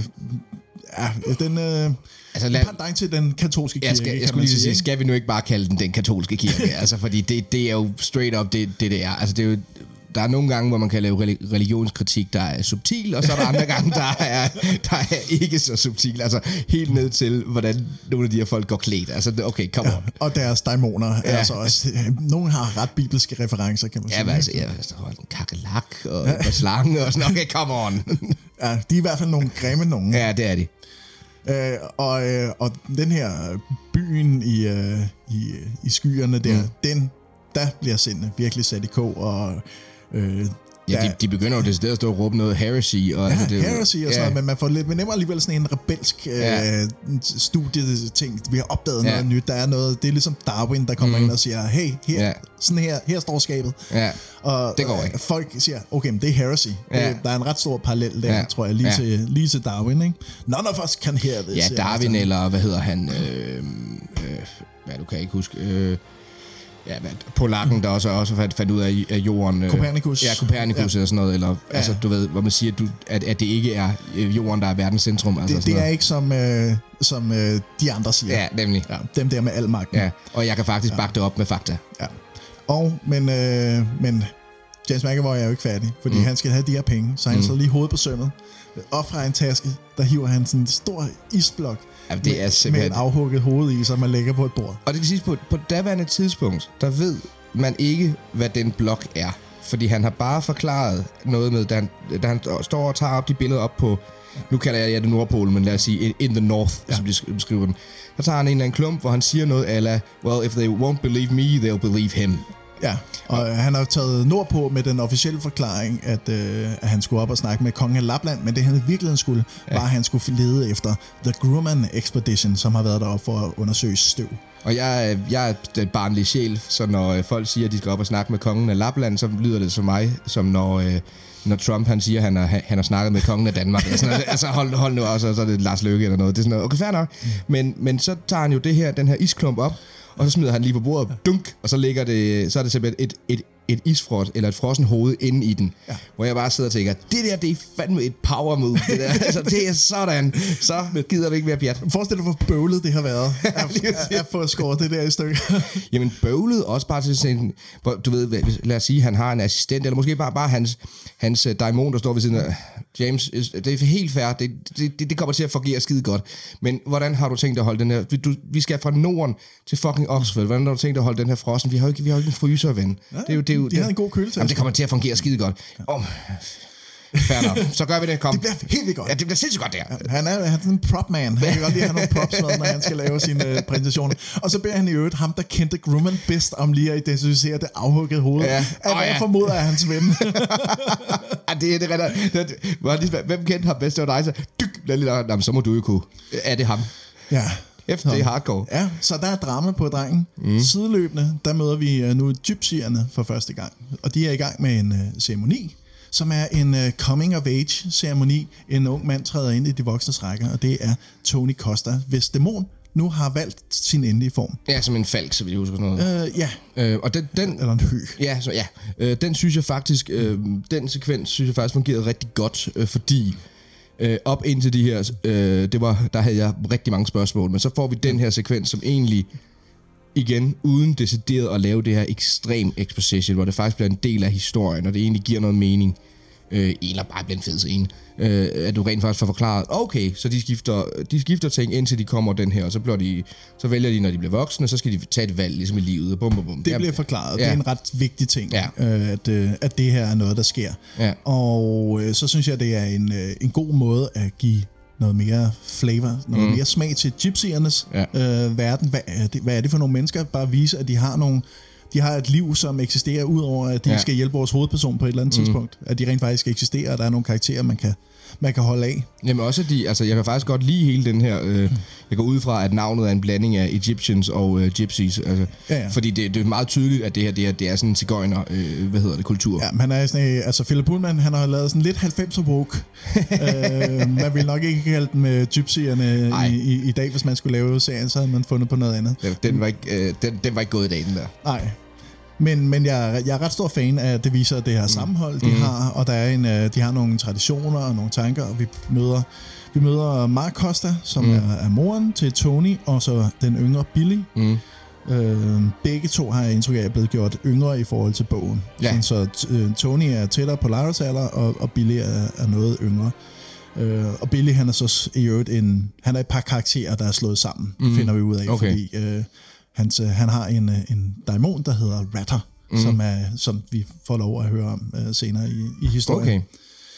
ja, den øh, altså, lad, pendant til den katolske kirke. Jeg, skal, jeg skulle lige sige, skal vi nu ikke bare kalde den den katolske kirke? Altså, fordi det, det er jo straight up det, det, det er. Altså, det er jo, der er nogle gange, hvor man kan lave religionskritik, der er subtil, og så er der andre gange, der er, der er ikke så subtil. Altså helt ned til, hvordan nogle af de her folk går klædt. Altså, okay, come on. Ja, og deres dæmoner ja. er altså også... Nogle har ret bibelske referencer, kan man ja, sige. Men altså, ja, altså, en kakelak og ja. en slange og sådan noget. Okay, come on. Ja, de er i hvert fald nogle grimme nogen. Ja, det er de. Øh, og, øh, og den her byen i, øh, i, i skyerne der, mm. den, der bliver sindet virkelig sat i kog, og... Øh, ja, de, de begynder jo decideret at stå og råbe noget heresy. Og ja, altså, det, heresy og sådan ja. noget, men man får lidt, men nemmer alligevel sådan en rebelsk ja. øh, studieting. Vi har opdaget ja. noget nyt, der er noget, det er ligesom Darwin, der kommer mm. ind og siger, hey, her, ja. sådan her, her står skabet. Ja. Og det går ikke. Folk siger, okay, men det er heresy. Ja. Det, der er en ret stor parallel der, ja. tror jeg, lige, ja. til, lige til Darwin, ikke? None of us can hear this. Ja, Darwin, eller hvad hedder han, øh, øh, hvad du kan ikke huske, øh, ja, polakken, der også, også fandt, fandt ud af, af jorden. Copernicus. Ja, Copernicus ja. eller sådan noget. Eller, ja. altså, du ved, hvor man siger, du, at, at det ikke er jorden, der er verdens centrum. Altså, det det er ikke som, øh, som øh, de andre siger. Ja, nemlig. Ja, dem der med al magten. Ja, og jeg kan faktisk ja. bakke det op med fakta. Ja. Og, men, øh, men James McAvoy er jo ikke færdig, fordi mm. han skal have de her penge, så han mm. så lige hovedet på sømmet. Op fra en taske, der hiver han sådan en stor isblok. Ja, det er simpelthen... med en afhugget hoved i, som man lægger på et bord. Og det kan siges, på, på daværende tidspunkt, der ved man ikke, hvad den blok er. Fordi han har bare forklaret noget med, da han, da han står og tager op de billeder op på, nu kalder jeg det Nordpolen, men lad os sige in the north, ja. som de beskriver den. Der tager han en eller anden klump, hvor han siger noget ala, well, if they won't believe me, they'll believe him. Ja, og øh, han har taget nordpå med den officielle forklaring, at, øh, at han skulle op og snakke med kongen af Lapland, men det han i virkeligheden skulle, ja. var, at han skulle lede efter The Grumman Expedition, som har været deroppe for at undersøge støv. Og jeg, jeg er den barnlige sjæl, så når folk siger, at de skal op og snakke med kongen af Lapland, så lyder det som mig, som når, øh, når Trump han siger, at han har, han har snakket med kongen af Danmark. Altså, altså hold, hold nu også, så er det Lars Løkke eller noget. Det er sådan noget. Okay, fair nok. Men, men så tager han jo det her, den her isklump op, og så smider han lige på bordet, dunk, og så ligger det, så er det simpelthen et, et, et isfrot, eller et frossen hoved inde i den. Ja. Hvor jeg bare sidder og tænker, det der, det er fandme et power move. Det der. Altså, det er sådan. Så gider vi ikke mere pjat. Forestil dig, hvor bøvlet det har været, at, at få skåret det der i stykker. Jamen, bøvlet også bare til sådan, du ved, lad os sige, han har en assistent, eller måske bare, bare hans, hans daimon, der står ved siden af James. Det er helt fair. Det, det, det kommer til at fungere skide godt. Men hvordan har du tænkt at holde den her? Du, vi skal fra Norden til fucking Oxford. Hvordan har du tænkt at holde den her frossen? Vi har jo ikke, vi har jo ikke en fryser, ven. Ja, det er jo, det er jo, de har en god køletid. Jamen, det kommer til at fungere skide godt. Oh, fair nok. Så gør vi det. Kom. Det bliver helt vildt godt. Ja, det bliver sindssygt godt der. Ja, han er, han er en prop-man. Han kan godt lide at have nogle props med, når han skal lave sine uh, præsentationer. Og så beder han i øvrigt ham, der kendte Grumman bedst, om lige at identificere det afhuggede hoved. Ja. At oh, jeg ja. formoder, at hans ven. Ja, det er det rigtigt. Hvem kendte ham bedst? Det var dig, så dyk. Jamen, så må du jo kunne. Er det ham? Ja. Efter det er hardcore. Ja, så der er drama på drengen. Mm. Sideløbende, der møder vi uh, nu gypsierne for første gang. Og de er i gang med en uh, ceremoni, som er en uh, coming-of-age-ceremoni. En ung mand træder ind i de voksnes rækker, og det er Tony Costa, hvis dæmon nu har valgt sin endelige form. Ja, som en falk, så vi husker sådan noget. Uh, ja. Øh, og den, den, Eller en hø. Ja, så, ja. Øh, den synes jeg faktisk, øh, den sekvens synes jeg faktisk fungerede rigtig godt, øh, fordi øh, op indtil de her, øh, det var, der havde jeg rigtig mange spørgsmål, men så får vi den her sekvens, som egentlig, igen, uden decideret at lave det her ekstrem exposition, hvor det faktisk bliver en del af historien, og det egentlig giver noget mening, øh, eller bare bliver en fed scene, øh, at du rent faktisk får forklaret, okay, så de skifter, de skifter ting, indtil de kommer den her, og så, bliver de, så vælger de, når de bliver voksne, så skal de tage et valg, ligesom i livet, og bum, bum, bum. Det bliver forklaret, ja. Det er en ret vigtig ting, ja. øh, at, øh, at det her er noget, der sker. Ja. Og øh, så synes jeg, det er en, øh, en god måde at give noget mere flavor, noget mm. mere smag til gypsiernes ja. øh, verden. Hvad er, det, hvad er det for nogle mennesker? Bare vise, at de har nogle, de har et liv, som eksisterer, udover at de ja. skal hjælpe vores hovedperson på et eller andet mm. tidspunkt. At de rent faktisk eksisterer, og der er nogle karakterer, man kan, man kan holde af. Jamen også, de, altså jeg kan faktisk godt lide hele den her, øh, jeg går ud fra, at navnet er en blanding af Egyptians og øh, Gypsies. Altså, ja, ja. Fordi det, det er meget tydeligt, at det her, det er, det er sådan en sigøjner, øh, hvad hedder det, kultur. Ja, han er sådan, altså Philip Pullman, han har lavet sådan lidt halvfemser woke. øh, man vil nok ikke kalde dem øh, gypsierne i, i, i dag, hvis man skulle lave serien, så havde man fundet på noget andet. Den, den, var, ikke, øh, den, den var ikke gået i dag, den der. Nej. Men, men jeg, jeg er ret stor fan af, at det viser det her sammenhold, de mm. har, og der er en, de har nogle traditioner og nogle tanker, og vi møder, vi møder Mark Costa, som mm. er, er moren til Tony, og så den yngre Billy. Mm. Øh, begge to har jeg indtryk af, er blevet gjort yngre i forhold til bogen. Ja. Så t- Tony er tættere på Lyras alder, og, og Billy er, er noget yngre. Øh, og Billy, han er så i øvrigt en, han er et par karakterer, der er slået sammen, mm. finder vi ud af, okay. fordi øh, Hans, øh, han har en, en daimon, der hedder Ratter, mm. som, er, som vi får lov at høre om øh, senere i, i historien. Okay.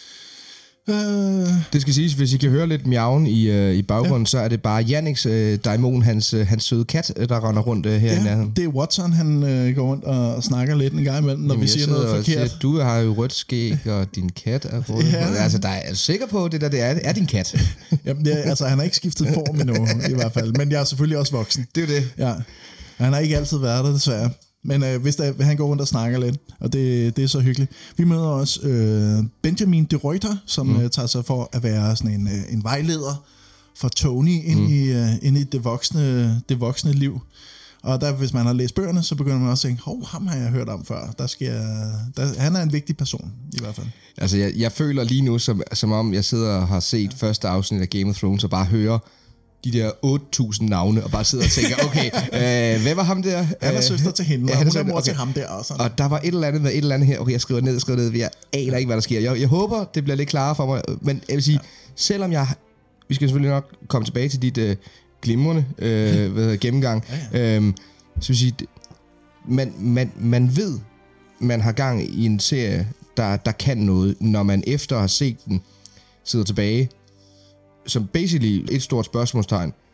Uh, det skal siges, hvis I kan høre lidt miauen i, uh, i baggrunden, ja. så er det bare Janniks uh, daimon, hans, uh, hans søde kat, der render rundt uh, her ja, i nærheden. Det er Watson, han uh, går rundt og snakker lidt en gang imellem, når Jamen, vi siger noget forkert. Siger, du har jo rødt skæg, og din kat er rød. Ja. Altså, der er, er du sikker på, at det der det er, er din kat? Jamen, det er, altså, han har ikke skiftet form endnu, i hvert fald. Men jeg er selvfølgelig også voksen. Det er jo det. Ja. Han har ikke altid været der, desværre. Men øh, hvis der, han går rundt og snakker lidt, og det, det er så hyggeligt. Vi møder også øh, Benjamin de Ruyter, som mm. øh, tager sig for at være sådan en, øh, en vejleder for Tony ind, mm. i, øh, ind i det voksne, det voksne liv. Og der, hvis man har læst bøgerne, så begynder man også at tænke, hov, ham har jeg hørt om før. Der skal jeg, der, han er en vigtig person, i hvert fald. Altså, jeg, jeg føler lige nu, som, som om jeg sidder og har set ja. første afsnit af Game of Thrones, og bare hører de der otte tusind navne, og bare sidder og tænker, okay, øh, hvem var ham der? Han er søster til hende, og ja, hun er mor okay. til ham der også. Og der var et eller andet med et eller andet her, okay, jeg skriver ned, jeg skriver ned, jeg aner ikke, hvad der sker. Jeg, jeg håber, det bliver lidt klarere for mig, men jeg vil sige, ja. selvom jeg, vi skal selvfølgelig nok komme tilbage til dit øh, glimrende øh, hvad hedder, gennemgang, ja, ja. Øhm, så vil sige, man, man, man ved, man har gang i en serie, der, der kan noget, når man efter at have set den, sidder tilbage, som basically et stort spørgsmålstegn.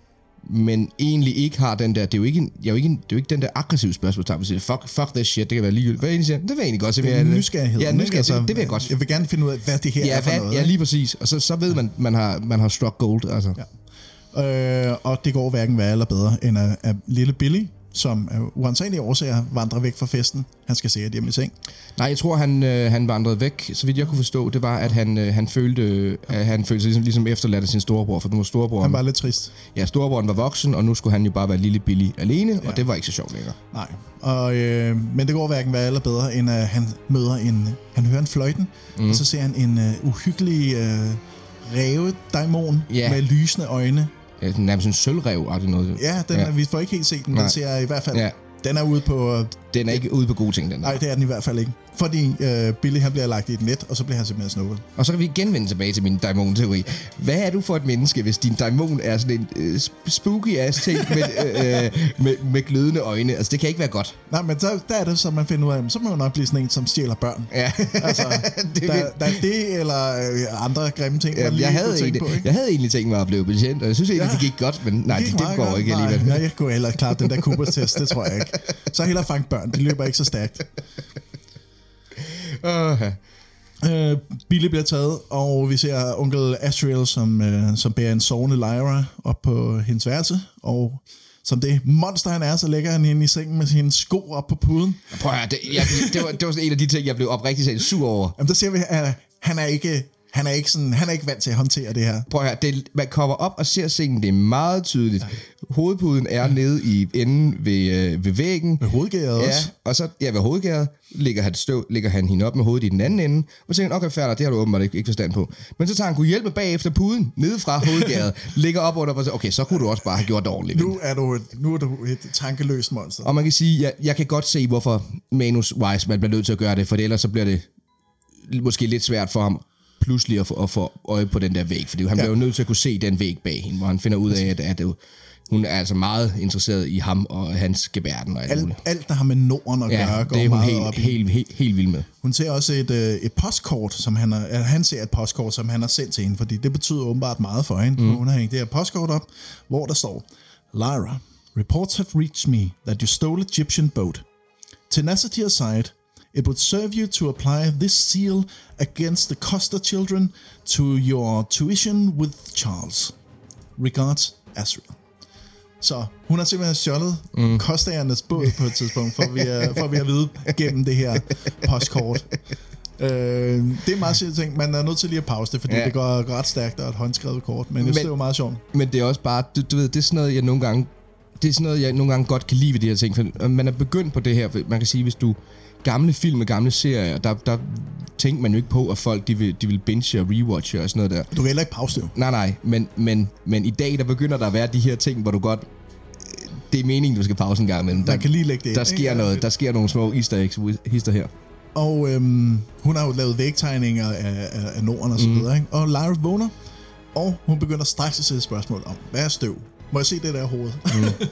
men egentlig ikke har den der, det er jo ikke, en, jeg er jo ikke, en, det er jo ikke den der aggressive spørgsmål, vi siger, fuck, fuck this shit, det kan være ligegyldigt. Hvad er det, det vil jeg egentlig godt se. Det er nysgerrighed. Ja, nysgerrighed, altså, det, det vil jeg godt. Jeg vil gerne finde ud af, hvad det her ja, er for hvad, noget. Ja, lige præcis, og så, så ved man, man har, man har struck gold, altså. Ja. Øh, og det går hverken værre eller bedre, end at, at lille Billy, som af uansagelige årsager vandrer væk fra festen. Han skal sikkert hjem i seng. Nej, jeg tror, han, øh, han vandrede væk, så vidt jeg kunne forstå. Det var, at han, øh, han følte, at han følte sig ligesom, ligesom efterladt af sin storebror, for nu var storebroren... Han var lidt trist. Ja, storebroren var voksen, og nu skulle han jo bare være lille Billy alene, ja. Og det var ikke så sjovt længere. Nej, og, øh, men det går hverken værre eller bedre, end at han møder en... Han hører en fløjten, mm. og så ser han en uh, uhyggelig uh, ræve-daimon ja. med lysende øjne. Ja, nærmest en sølvrev, noget. Ja, den, ja, vi får ikke helt set den. Den ser i hvert fald... Ja. Den er ude på... Den er ikke ude på gode ting, den der. Nej, det er den i hvert fald ikke. Fordi øh, Billy han bliver lagt i et net, og så bliver han simpelthen snuppet. Og så kan vi igen vende tilbage til min daimon-teori. Hvad er du for et menneske, hvis din daimon er sådan en øh, spooky-ass ting med, øh, med, med glødende øjne? Altså, det kan ikke være godt. Nej, men så, der er det, som man finder ud af, så må man nok blive sådan en, som stjæler børn. Ja. Altså, det der, der er det, eller øh, andre grimme ting, man ja, lige jeg havde tænke på, ikke? Jeg havde egentlig tænkt mig at blive betjent, og jeg synes egentlig, ja. det gik godt, men nej, det, det, det går godt. Ikke alligevel. Nej, jeg kunne heller klare den der Cooper-test, det tror jeg ikke. Så hellere fange børn, de løber ikke så stærkt. Uh-huh. Uh, Billy bliver taget, og vi ser onkel Asriel, som, uh, som bærer en sovende Lyra op på hendes værelse, og som det monster han er, så lægger han hende i sengen med sine sko op på puden. Prøv at høre, det, jeg, det, var, det var en af de ting, jeg blev oprigtigt sur over. Jamen, der ser vi, at han er ikke... Han er, ikke sådan, han er ikke vant til at håndtere det her. Prøv at høre, det, man kommer op og ser sengen, det er meget tydeligt. Hovedpuden er nede i enden ved, øh, ved væggen. Ved hovedgæret ja, også. Og så, ja, ved hovedgæret ligger han, støv, ligger han hende op med hovedet i den anden ende. Og så tænker han, okay, færdig, det har du åbenbart ikke, ikke forstand på. Men så tager han kunne hjælpe bagefter puden, nede fra hovedgæret, ligger op under, og så, okay, så kunne du også bare have gjort det ordentligt. Nu er du et, nu er du et tankeløst monster. Og man kan sige, jeg, jeg kan godt se, hvorfor Manus Wiseman bliver nødt til at gøre det, for ellers så bliver det måske lidt svært for ham pludselig at få, at få øje på den der væg, fordi han ja. bliver jo nødt til at kunne se den væg bag hende, hvor han finder ud af, at, at det, hun er altså meget interesseret i ham og hans gebærden og alt, alt, alt der har med Norden at ja, gøre, går det er hun meget helt, op i. Helt, helt, helt vild med. Hun ser også et, et postkort, som han har, han ser et postkort, som han har sendt til hende, fordi det betyder åbenbart meget for hende. Mm. Hun har hængt det her postkort op, hvor der står, Lyra, reports have reached me that you stole Egyptian boat. Tenacity aside, it would serve you to apply this seal against the Costa children to your tuition with Charles. Regards, Asriel. Så hun har simpelthen stjålet mm. Costaernes båd på et tidspunkt, for vi er, for vi at vide gennem det her postkort. Øh, det er meget sjovt ting. Man er nødt til lige at pause det, fordi ja. det går ret stærkt og et håndskrevet kort, men jeg synes, det var meget sjovt. Men det er også bare, du, du ved, det er sådan noget, jeg nogle gange, det er sådan noget, jeg nogle gange godt kan lide ved de her ting, for man er begyndt på det her, man kan sige, hvis du gamle film og gamle serier, der, der tænkte man jo ikke på, at folk de vil, de vil binge og rewatche og sådan noget der. Du kan heller ikke pause det. Nej, nej, men, men, men i dag, der begynder der at være de her ting, hvor du godt, det er meningen, du skal pause en gang imellem. Der, man kan lige lægge det der sker ikke? noget, der sker nogle små easter eggs, hister her. Og øhm, hun har jo lavet vægtegninger af, af, af Norden og så videre, mm. ikke? Og Lyra vågner, og hun begynder straks at sætte spørgsmål om, hvad er støv? Må jeg se det der hoved? Mm.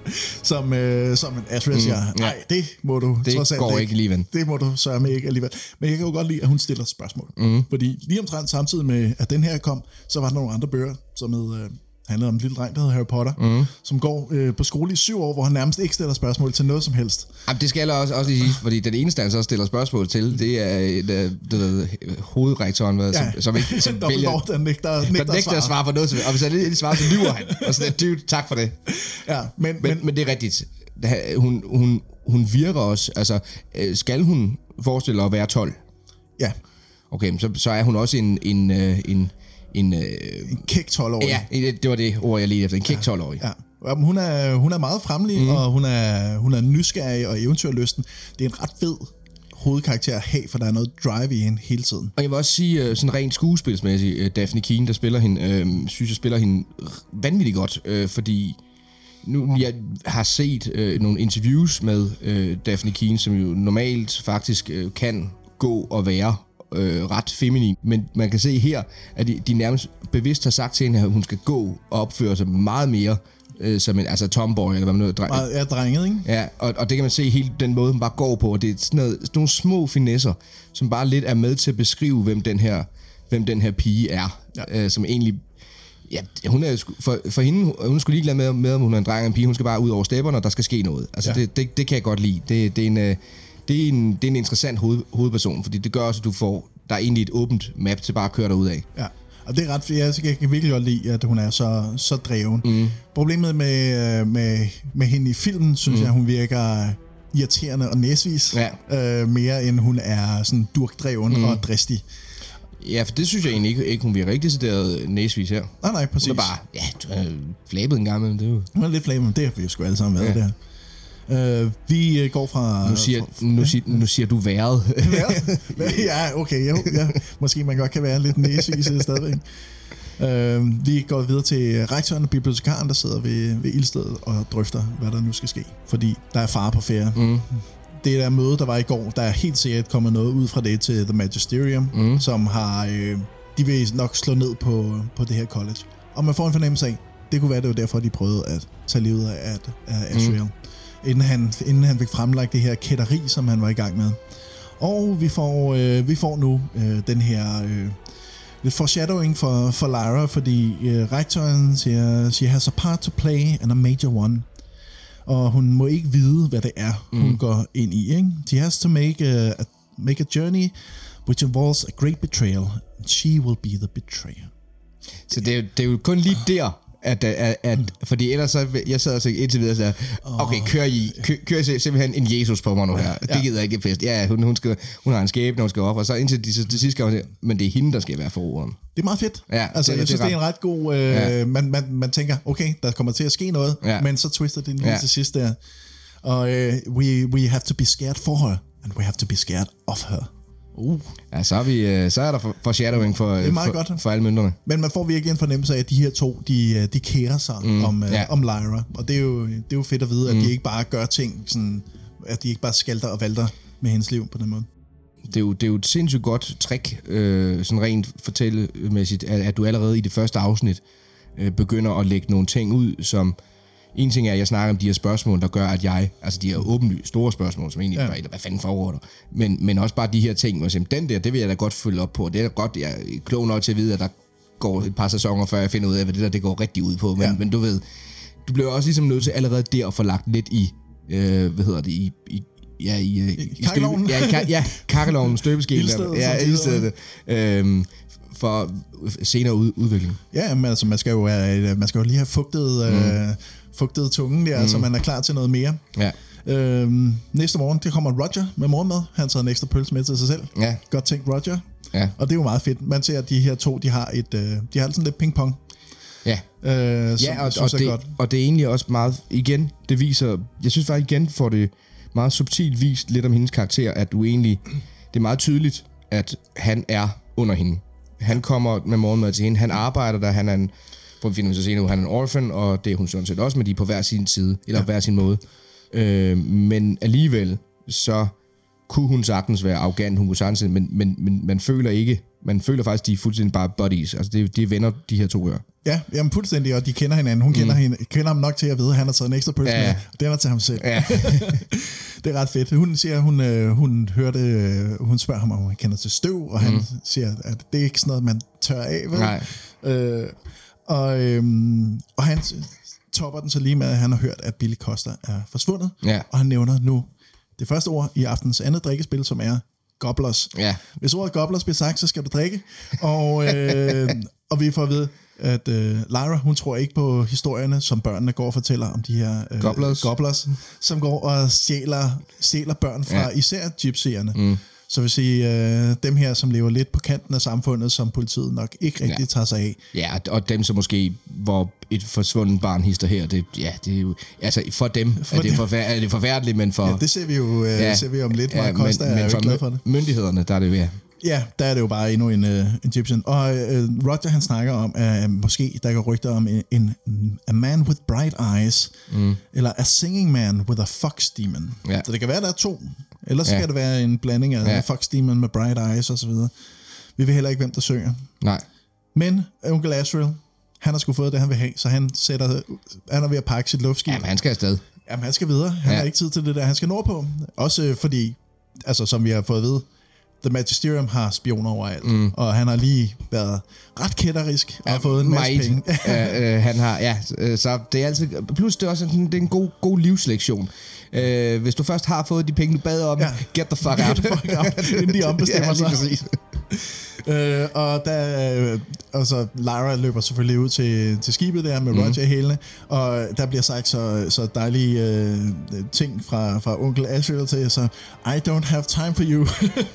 som, øh, som en Asriel siger, mm, nej, ja. det må du det trods alt går ikke alligevel. Det må du sørge med ikke alligevel. Men jeg kan jo godt lide, at hun stiller spørgsmål. Mm. Fordi lige omtrent samtidig med, at den her kom, så var der nogle andre bøger, som hed, øh, handlede om en lille dreng, der hedder Harry Potter, mm. som går øh, på skole i syv år, hvor han nærmest ikke stiller spørgsmål til noget som helst. Jamen, det skal jeg også, også lige sige, fordi den eneste, han så stiller spørgsmål til, det er det, det, det, hovedrektoren, ja. som, som ikke som vælger, der nægter, nægter, der nægter at svare på noget, og hvis han ikke svarer, så lyver han. Og sådan, dude, tak for det. Ja, men, men, men, men det er rigtigt. Hun, hun, hun virker også, altså, skal hun forestille at være tolv? Ja. Okay, så, så er hun også en... en, en En, øh, en kæk tolv-årig. Ja, det var det ord, jeg lige efter. En kæk tolv-årig. Ja, ja. Hun er, hun er meget fremmelig, mm. og hun er, hun er nysgerrig og eventyrlysten. Det er en ret fed hovedkarakter at have, for der er noget drive i hende hele tiden. Og jeg vil også sige, sådan rent skuespilsmæssigt, Daphne Keane, der spiller hende, øh, synes jeg spiller hende vanvittigt godt, øh, fordi nu jeg har set øh, nogle interviews med øh, Daphne Keane, som jo normalt faktisk øh, kan gå og være Øh, ret feminin, men man kan se her, at de, de nærmest bevidst har sagt til hende, at hun skal gå og opføre sig meget mere øh, som en altså tomboy, eller hvad man nu dreng. Ja, drenget, ikke? Ja, og, og det kan man se hele den måde, hun bare går på, og det er sådan, noget, sådan nogle små finesser, som bare lidt er med til at beskrive, hvem den her, hvem den her pige er, ja. øh, som egentlig Ja, hun er for, for hende, hun skulle ligeglad med, med, om hun er en dreng eller en pige. Hun skal bare ud over stepperne, og der skal ske noget. Altså, ja. det, det, det kan jeg godt lide. Det, det, er en, det, er en, det er en interessant hoved, hovedperson, fordi det gør også, at du får, der er egentlig et åbent map til bare at køre derud af. Ja. Og det er ret, jeg, jeg kan virkelig godt lide, at hun er så, så dreven. Mm. Problemet med, med, med hende i filmen, synes mm. jeg, hun virker irriterende og næsvis. Ja. Øh, mere end hun er sådan durkdreven mm. og dristig. Ja, for det synes jeg egentlig ikke, ikke hun virker rigtig decideret næsvis her. Nej, nej, præcis. Hun er bare, ja, du er flabet en gang, men det er jo... Hun er lidt flabet, men det har vi jo sgu alle sammen været, ja. Der. Uh, vi går fra... Nu siger, fra, nu siger, nu siger du været. Ja, okay, jo, ja. Måske man godt kan være lidt næsvis stadigvæk. Uh, vi går videre til rektoren og bibliotekaren, der sidder ved, ved ildstedet og drøfter, hvad der nu skal ske. Fordi der er fare på færde. Mm. Det der møde, der var i går, der er helt sikkert kommet noget ud fra det til The Magisterium, mm. som har... Øh, de vil nok slå ned på, på det her college. Og man får en fornemmelse af, det kunne være, det var derfor, de prøvede at tage livet af, af Asriel. Mm. Inden han, inden han fik fremlagt det her kætteri, som han var i gang med. Og vi får, øh, vi får nu øh, den her... Øh, lidt foreshadowing for, for Lyra, fordi øh, rektoren siger, she has a part to play and a major one. Og hun må ikke vide, hvad det er, hun mm. går ind i. Ikke? She has to make a, a, make a journey which involves a great betrayal. She will be the betrayer. Så det er, det er jo kun lige der, at, at, at fordi ellers så, jeg sad og sagde indtil videre, så okay, kør I, kør, kør simpelthen en Jesus på mig nu her. Ja. Det gider ikke fest. Ja, hun, hun, skal, hun har en skæbne, hun skal op, og så indtil de, de sidste gang, men det er hende, der skal være fororderen. Det er meget fedt. Ja, altså, det, jeg synes, det er, det er en ret god... Øh, ja. man, man, man tænker, okay, der kommer til at ske noget, ja. Men så twister det lige ja. Til sidst der. Og uh, we, we have to be scared for her, and we have to be scared of her. Uh. Ja, så er, vi, så er der foreshadowing for, for, for alle mønterne. Men man får virkelig en fornemmelse af, at de her to, de, de kærer sig mm, om, ja. om Lyra. Og det er, jo, det er jo fedt at vide, at mm. de ikke bare gør ting, sådan, at de ikke bare skalter og valter med hendes liv på den måde. Det er jo, det er jo et sindssygt godt trick, øh, sådan rent fortællemæssigt, at, at du allerede i det første afsnit øh, begynder at lægge nogle ting ud, som... En ting er, at jeg snakker om de her spørgsmål, der gør, at jeg... Altså de her åbenlyst store spørgsmål, som egentlig ja. Bare, hvad fanden foregår der? Men, men også bare de her ting, hvor jeg siger, den der, det vil jeg da godt følge op på. Det er da godt, jeg er klog nok til at vide, at der går et par sæsoner, før jeg finder ud af, hvad det der det går rigtig ud på. Men, ja. Men du ved, du bliver også ligesom nødt til allerede der at få lagt lidt i... Øh, hvad hedder det? I... i Ja, i, i, i støbe, ja, i, ja, kakkelovnen, støbeskeen. Ja, ildstedet. Øhm, for senere ud, udvikling. Ja, men altså, man skal jo, man skal jo lige have fugtet, mm. øh, fugtet tungen der, mm. så man er klar til noget mere. Ja. Øhm, næste morgen, det kommer Roger med morgenmad. Han tager en ekstra pølse med til sig selv. Ja. Godt tænkt, Roger. Ja. Og det er jo meget fedt. Man ser, at de her to, de har et, øh, de har sådan lidt ping-pong. Ja, øh, ja og, og, det, godt. Og det er egentlig også meget, igen, det viser, jeg synes faktisk igen får det meget subtilt vist lidt om hendes karakter, at du egentlig, det er meget tydeligt, at han er under hende. Han kommer med morgenmad til hende, han arbejder der, han er en, for vi finder så senere, han er en orphan, og det er hun sådan set også, men de er på hver sin side, eller ja. Hver sin måde. Øh, men alligevel, så kunne hun sagtens være arrogant, hun kunne sagtens, men, men, men man føler ikke, man føler faktisk, de er fuldstændig bare buddies, altså det, de er venner, de her to gør. Ja, jamen fuldstændig, og de kender hinanden. Hun kender, mm. hende, kender ham nok til at vide, at han har taget en ekstra pølse ja. Med, og den er til ham selv. Ja. Det er ret fedt. Hun siger, hun, øh, hun hørte, øh, hun spørger ham, om han kender til støv, og han mm. siger, at det er ikke sådan noget, man tør af, vel? Nej. Øh, og, øh, og han topper den så lige med, at han har hørt, at Billy Costa er forsvundet, ja. Og han nævner nu det første ord i aftens andet drikkespil, som er gobblers. Ja. Hvis ordet gobblers bliver sagt, så skal du drikke. Og, øh, og vi får at vide, at øh, Lyra, hun tror ikke på historierne, som børnene går og fortæller om de her øh, gobblers. gobblers, som går og stjæler, stjæler børn fra ja. Især gypsierne. Mm. Så vil sige, øh, dem her, som lever lidt på kanten af samfundet, som politiet nok ikke rigtig ja. Tager sig af. Ja, og dem, som måske, hvor et forsvundet barn hister her, det, ja, det er jo, altså for dem, for er, det forfær- er det forfærdeligt, men for... Ja, det ser vi jo, øh, ja, ser vi om lidt, hvor ja, Costa men, er men jo ikke glad for det. Myndighederne, der er det ved. Ja, der er det jo bare endnu en uh, Egyptian. Og uh, Roger, han snakker om, at uh, måske der går rygter om en, en a man with bright eyes, mm. eller a singing man with a fox demon. Ja. Så det kan være, der er to. Ellers ja. Skal det være en blanding af ja. Fox demon med bright eyes og så videre. Vi ved heller ikke, hvem der synger. Nej. Men onkel Asriel, han har sgu fået det, han vil have, så han sætter, han er ved at pakke sit luftskib. Jamen, han skal afsted. Jamen, han skal videre. Han ja. Har ikke tid til det der. Han skal nordpå. Også fordi, altså som vi har fået at vide, The Magisterium har spioner overalt, mm. og han har lige været ret kætterisk og ja, fået en masse penge. uh, uh, han har, ja, så det er altid, plus det er også en, det er en god, god livslektion. Uh, hvis du først har fået de penge, du bad om, ja. get the fuck out. Get the fuck out, inden de ombestemmer sig. Øh, og der øh, altså Lyra løber selvfølgelig ud til, til skibet der med mm. Roger i hælene, og der bliver sagt så, så dejlige øh, ting fra, fra onkel Asriel til, så I don't have time for you.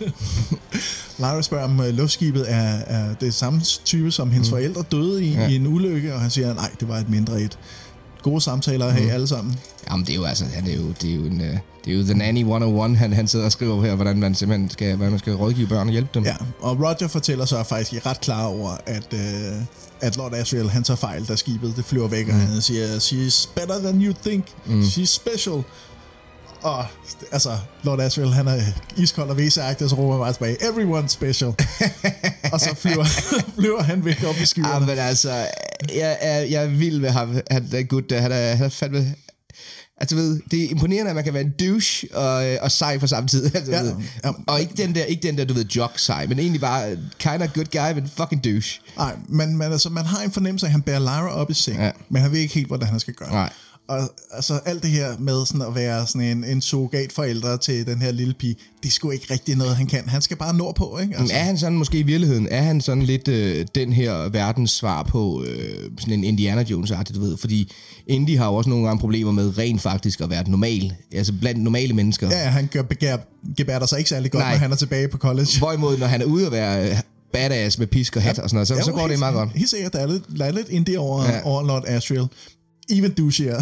Lyra spørger om øh, luftskibet er, er det samme type som hendes mm. forældre døde i, ja. i en ulykke, og han siger, nej, det var et mindre et. Gode samtaler at have mm. alle sammen. Jamen det er jo altså, han er jo, det er jo en, det er jo The Nanny et nul et, han, han sidder og skriver her, hvordan man simpelthen skal, hvordan man skal rådgive børn og hjælpe dem. Ja, og Roger fortæller så faktisk ret klar over, at, øh, at Lord Asriel, han tager fejl, da skibet det flyver væk, mm. og han siger, she's better than you think, mm. she's special. Og altså, Lord Asriel, han er iskold og væseagtig, og så råber han bare tilbage, everyone's special. Og så flyver, flyver han væk op i skyerne. Ja, men altså, jeg er, jeg er vild med ham. Han er gut, han er, han er fandme... Altså, ved, det er imponerende, at man kan være en douche og, og sej på samme tid. Altså, ja, ved. Ja. Og ikke den der, ikke den der, du ved, jock sej, men egentlig bare kind of good guy, men fucking douche. Nej, men man, altså, man har en fornemmelse af, at han bærer Lyra op i seng, ja. men han ved ikke helt, hvordan han skal gøre. Nej. Og altså alt det her med sådan at være sådan en, en surrogatforælder til den her lille pige, det er sgu ikke rigtig noget, han kan. Han skal bare nordpå, ikke? Altså. Er han sådan måske i virkeligheden, er han sådan lidt øh, den her verdens svar på øh, sådan en Indiana Jones-agtigt, du ved? Fordi Indy har jo også nogle gange problemer med rent faktisk at være normal, altså blandt normale mennesker. Ja, han gør begær, gebærder sig ikke særlig godt, Nej. når han er tilbage på college. Hvorimod, når han er ude at være øh, badass med pisk og hat ja. og sådan noget, så, ja, så går det meget godt. Helt sikkert, der er lidt, der er lidt Indy over, ja. over Lord Asriel. Even douchier.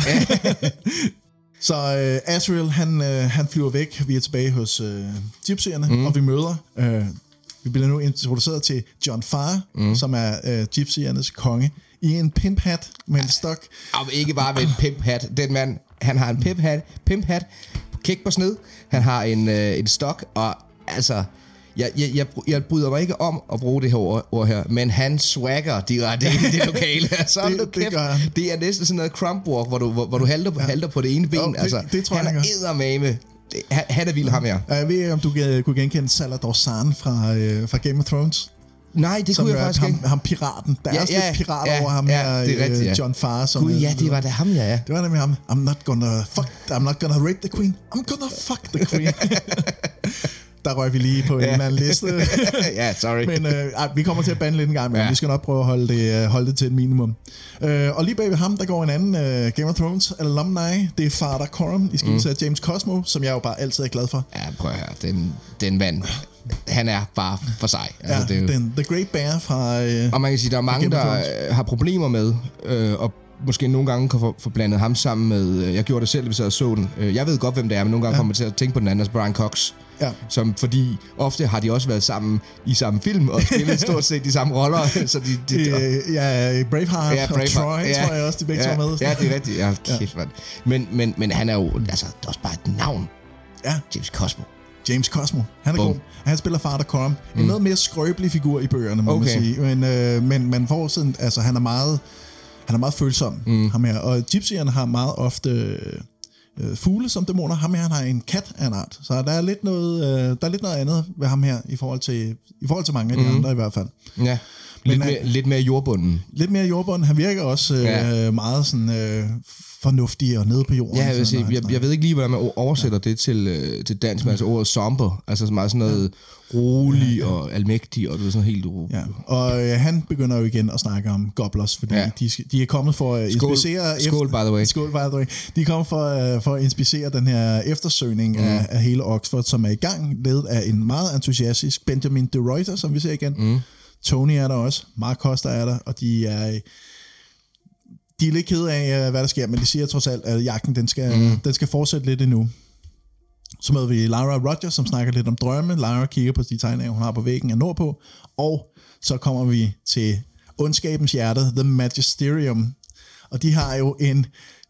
Så uh, Asriel, han, uh, han flyver væk. Vi er tilbage hos uh, gypsierne, mm. og vi møder... Uh, vi bliver nu introduceret til John Farr, mm. som er uh, gypsiernes konge, i en pimp-hat med en stok. Og ikke bare med en pimp-hat. Den mand, han har en pimp-hat, pimp-hat, kæk på sned. Han har en, uh, en stok, og altså... Jeg, jeg, jeg, jeg bryder mig ikke om at bruge det her ord, ord her, men han swagger direkte i det lokale. Altså, det, det, det er næsten sådan noget crump walk, hvor du, hvor, hvor du halter, ja. halter på det ene ben. Jo, det, altså, det tror han jeg, er eddermame. Han, han er vild, ham her. Jeg ved ikke, om du kunne genkende Salladhor Saan fra, øh, fra Game of Thrones. Nej, det kunne jeg faktisk ham, ikke. Ham piraten. Der ja, er også ja, lidt pirat ja, over ham ja, her, det er rigtigt, ja. John Farr. Som Gud, ja, det var da ham, ja, ja. Det var nemlig ham. I'm not gonna fuck, I'm not gonna rape the queen. I'm gonna fuck the queen. Der røg vi lige på en eller anden liste. Ja, sorry. Men øh, ej, vi kommer til at bande lidt en gang, men ja. vi skal nok prøve at holde det, holde det til et minimum. Øh, og lige bag ved ham, der går en anden øh, Game of Thrones alumni. Det er Father Coram i skikkelse mm. af James Cosmo, som jeg jo bare altid er glad for. Ja, prøv at høre. Den, den mand, han er bare for sig. Altså, ja, det er jo... den, The Great Bear fra øh, Og man kan sige, der er mange, der har problemer med øh, og måske nogle gange kan få, få blandet ham sammen med... Jeg gjorde det selv, hvis jeg så den. Jeg ved godt, hvem det er, men nogle gange ja. kommer jeg til at tænke på den anden, altså Brian Cox. Ja. Som, fordi ofte har de også været sammen i samme film og spillet stort set de samme roller. Så de, de, øh, ja, Braveheart ja, Braveheart. og Troy, ja, tror jeg også, de begge ja, to med. Ja, det er rigtigt. Ja, kæft, ja. Men, men, men han er jo... Altså, det er også bare et navn. Ja. James Cosmo. James Cosmo. Han er Boom. god. Han spiller Father Coram. En mm. noget mere skrøbelig figur i bøgerne, må okay. man sige. Men, øh, men man får sådan... Altså, han er meget... Han er meget følsom, mm. ham her. Og gypsierne har meget ofte øh, fugle som dæmoner. Ham her, han har en kat af en art. Så der er lidt noget, øh, der er lidt noget andet ved ham her, i forhold til, i forhold til mange af de mm. andre i hvert fald. Ja, lidt, Men, mere, han, lidt mere jordbunden. Lidt mere jordbunden. Han virker også øh, ja. meget sådan... Øh, fornuftig og nede på jorden. Ja, jeg, vil sige, jeg, jeg ved ikke lige, hvordan man oversætter ja. det til, øh, til dansk, men altså ordet somber, altså meget sådan noget ja. rolig ja, ja. og almægtig, og det er sådan helt roligt. Ja. Og øh, han begynder jo igen at snakke om gobblers, fordi ja. de, de er kommet for at inspicere... Skål, by the way. Skål, by the way. De er kommet for, uh, for at inspicere den her eftersøgning mm. af, af hele Oxford, som er i gang, ledet af en meget entusiastisk Benjamin de Ruyter, som vi ser igen. Mm. Tony er der også, Mark Coster er der, og de er... De er lidt kede af, hvad der sker, men de siger trods alt, at jagten den skal, mm. den skal fortsætte lidt endnu. Så møder vi Lyra Roger, som snakker lidt om drømme. Lyra kigger på de tegninger, hun har på væggen af nordpå. Og så kommer vi til ondskabens hjerte, The Magisterium. Og de har jo en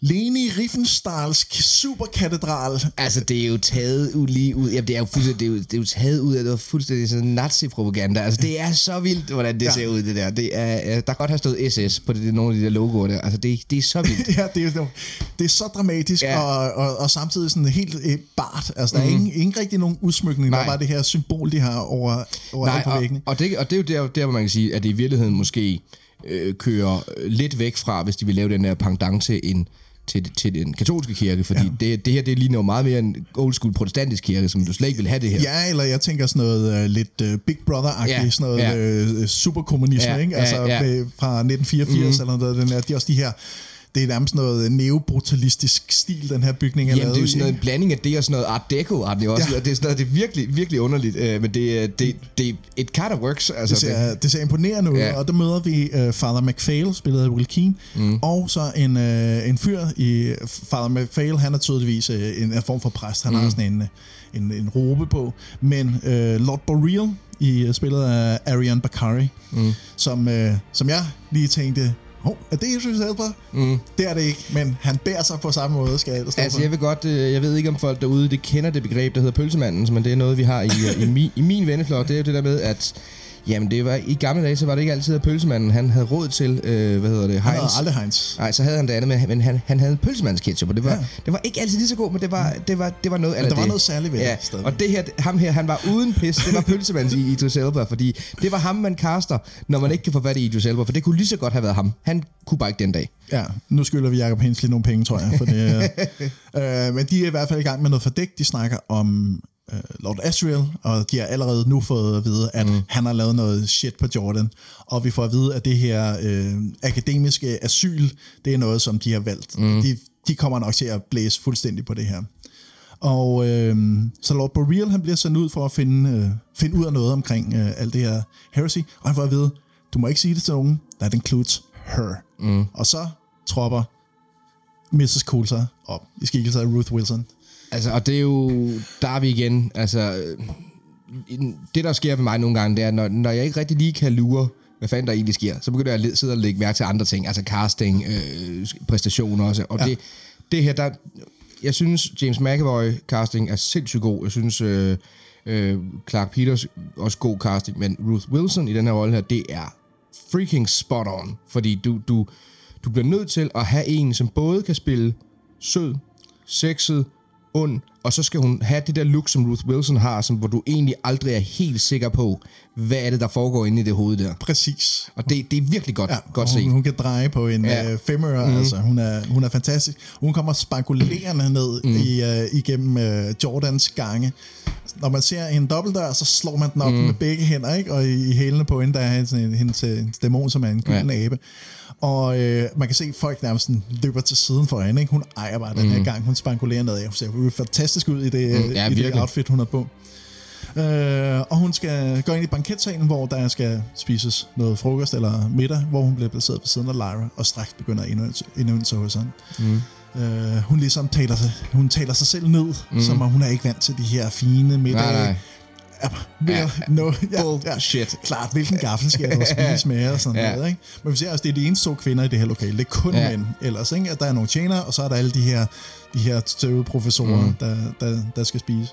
Leni Riefenstahls superkatedral. Altså, det er jo taget ud lige ud. Jamen, det er jo fuldstændig, det er jo, det er jo taget ud af, det var fuldstændig sådan nazi-propaganda. Altså, det er så vildt, hvordan det ja. ser ud, det der. Det er, der kan godt have stået S S på det, nogle af de der logoer der. Altså, det, det er så vildt. Ja, det er, det er så dramatisk, ja. og, og, og samtidig sådan helt eh, bart. Altså, der er mm. ingen, ingen rigtig nogen udsmykning. Nej. Der er bare det her symbol, de har over, over Nej, alt på væggene. Og, og, det, og det er jo der, der, hvor man kan sige, at det i virkeligheden måske øh, kører lidt væk fra, hvis de vil lave den der pendant til en Til, til den katolske kirke, fordi ja. det, det her, det ligner jo meget mere en old school protestantisk kirke, som du slet ikke vil have det her. Ja, eller jeg tænker sådan noget uh, lidt uh, Big Brother-agtigt, ja. sådan noget ja. uh, superkommunisme, ja. ikke? Altså ja, ja. fra nitten fireogfirs mm. eller noget, den der, de er også de her, det er nærmest noget neobrutalistisk stil, den her bygning er Jamen, lavet. det er jo sådan noget, en blanding af det og sådan noget art deco, har den jo også. Ja. Det er sådan noget, det er virkelig, virkelig underligt, uh, men det, det, det, it kind of works. Altså, det, ser, det. det ser imponerende ud, ja. og der møder vi uh, Father MacPhail, spillet af Will Keane, mm. og så en, uh, en fyr i Father MacPhail, han er tydeligvis uh, en, en form for præst, han mm. har sådan en, en, en robe på, men uh, Lord Boreal i uh, spillet af Arian Bakari, mm. som, uh, som jeg lige tænkte, oh, er det Jesus Elba? Mm. Det er det ikke, men han bærer sig på samme måde, skal jeg Altså, jeg vil godt, jeg ved ikke om folk derude, det kender det begreb, der hedder pølsemanden, men det er noget, vi har i, i, mi, i min venneflok. Det er jo det der med, at jamen, det var, i gamle dage, så var det ikke altid, at pølsemanden, han havde råd til, øh, hvad hedder det, Heinz. Han havde aldrig Heinz. Nej, så havde han det andet, men han, han havde en pølsemandsketchup, og det var, ja. det var ikke altid lige så god, men det var, det var, det var noget... Men der var det. noget særligt ved ja. det stadig. Og det her, ham her, han var uden pis, det var pølsemanden i Idris Elba, fordi det var ham, man caster, når man ikke kan få fat i Idris Elba, for det kunne lige så godt have været ham. Han kunne bare ikke den dag. Ja, nu skylder vi Jacob Hensley nogle penge, tror jeg, for det, øh, men de er i hvert fald i gang med noget fordækt. De snakker om Lord Asriel, og de har allerede nu fået at vide, at mm. han har lavet noget shit på Jordan, og vi får at vide, at det her øh, akademiske asyl, det er noget, som de har valgt. Mm. De, de kommer nok til at blæse fuldstændig på det her. Og øh, så Lord Boreal, han bliver sendt ud for at finde, øh, finde ud af noget omkring øh, alt det her heresy, og han får at vide, du må ikke sige det til nogen, that includes her. Mm. Og så tropper missus Coulter op i skikkelse af Ruth Wilson. Altså, og det er jo, der er vi igen, altså, det der sker ved mig nogle gange, det er, når, når jeg ikke rigtig lige kan lure, hvad fanden der egentlig sker, så begynder jeg at sidde og lægge mærke til andre ting, altså casting, øh, præstationer også, og ja. det, det her, der, jeg synes, James McAvoy casting er sindssygt god, jeg synes, øh, øh, Clark Peters også god casting, men Ruth Wilson i den her rolle her, det er freaking spot on, fordi du, du, du bliver nødt til at have en, som både kan spille sød, sexet, ond, og så skal hun have det der look, som Ruth Wilson har, som, hvor du egentlig aldrig er helt sikker på, hvad er det, der foregår inde i det hoved der. Præcis. Og det, det er virkelig godt, ja, godt hun, set. Hun kan dreje på en ja. uh, femøre, mm. altså. Hun er, hun er fantastisk. Hun kommer spankulerende ned mm. i, uh, igennem uh, Jordans gange. Når man ser en dobbeltdør, så slår man den op mm. med begge hænder, ikke? Og i, i hælene på hende, der er sådan en, hendes en dæmon, som er en gylden ja. abe. Og øh, man kan se, at folk nærmest løber til siden for hende, ikke? Hun ejer bare den her mm. gang, hun spankulerer nedad. Hun ser fantastisk ud i det, mm, ja, i det outfit, hun har på. Øh, og hun skal gå ind i banketsalen, hvor der skal spises noget frokost eller middag, hvor hun bliver placeret ved siden af Lyra, og straks begynder at indøve sig hos hende. Mm. Øh, hun ligesom taler sig, hun taler sig selv ned, mm. som om hun er ikke vant til de her fine middage. Nej, nej. Ja, ja, no, ja, ja, shit. Klart, hvilken gaffel skal du spise med og sådan ja. noget, ikke? Men vi ser også, det er de eneste to kvinder i det her lokale. Det er kun ja. mænd ellers, ikke? At der er nogle tjenere, og så er der alle de her, de her tøve professorer, mm. der, der, der skal spise.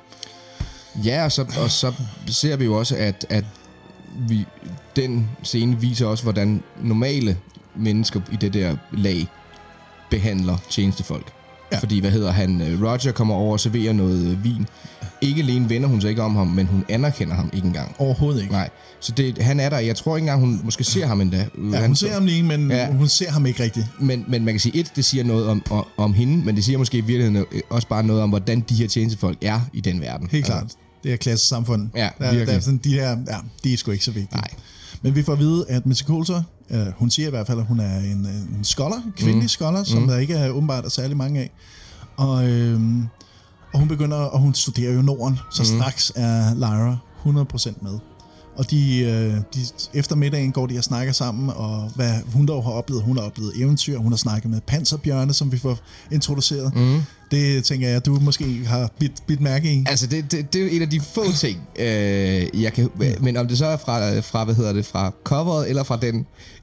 Ja, og så, og så ser vi jo også, at, at vi, den scene viser også, hvordan normale mennesker i det der lag behandler tjenestefolk. Ja. Fordi, hvad hedder han, Roger kommer over og serverer noget vin. Ikke alene vender hun sig ikke om ham, men hun anerkender ham ikke engang. Overhovedet ikke. Nej, så det, han er der. Jeg tror ikke engang, hun måske ser ham endda. Ja, han, hun ser ham lige, men ja. hun ser ham ikke rigtigt. Men, men man kan sige, et, det siger noget om, om, om hende, men det siger måske i virkeligheden også bare noget om, hvordan de her tjenestefolk er i den verden. Helt klart. Altså, det er klassesamfund. Ja, der, der er sådan, de her, ja, de er sgu ikke så vigtige. Nej. Men vi får at vide, at missus Coulter, øh, hun siger i hvert fald, at hun er en, en scholar, kvindelig mm. scholar, som mm. der ikke er åbenbart er særlig mange af. Og, øh, og hun begynder, og hun studerer jo Norden, så mm. straks er Lyra hundrede procent med. Og de, øh, de, efter middagen går de og snakker sammen, og hvad hun dog har oplevet. Hun har oplevet eventyr, hun har snakket med panserbjørne, som vi får introduceret. Mm. Det tænker jeg, at du måske har bidt, bidt mærke i. Altså, det, det, det er jo en af de få ting, øh, jeg kan... Men om det så er fra, fra, hvad hedder det, fra coveret, eller fra den... Jeg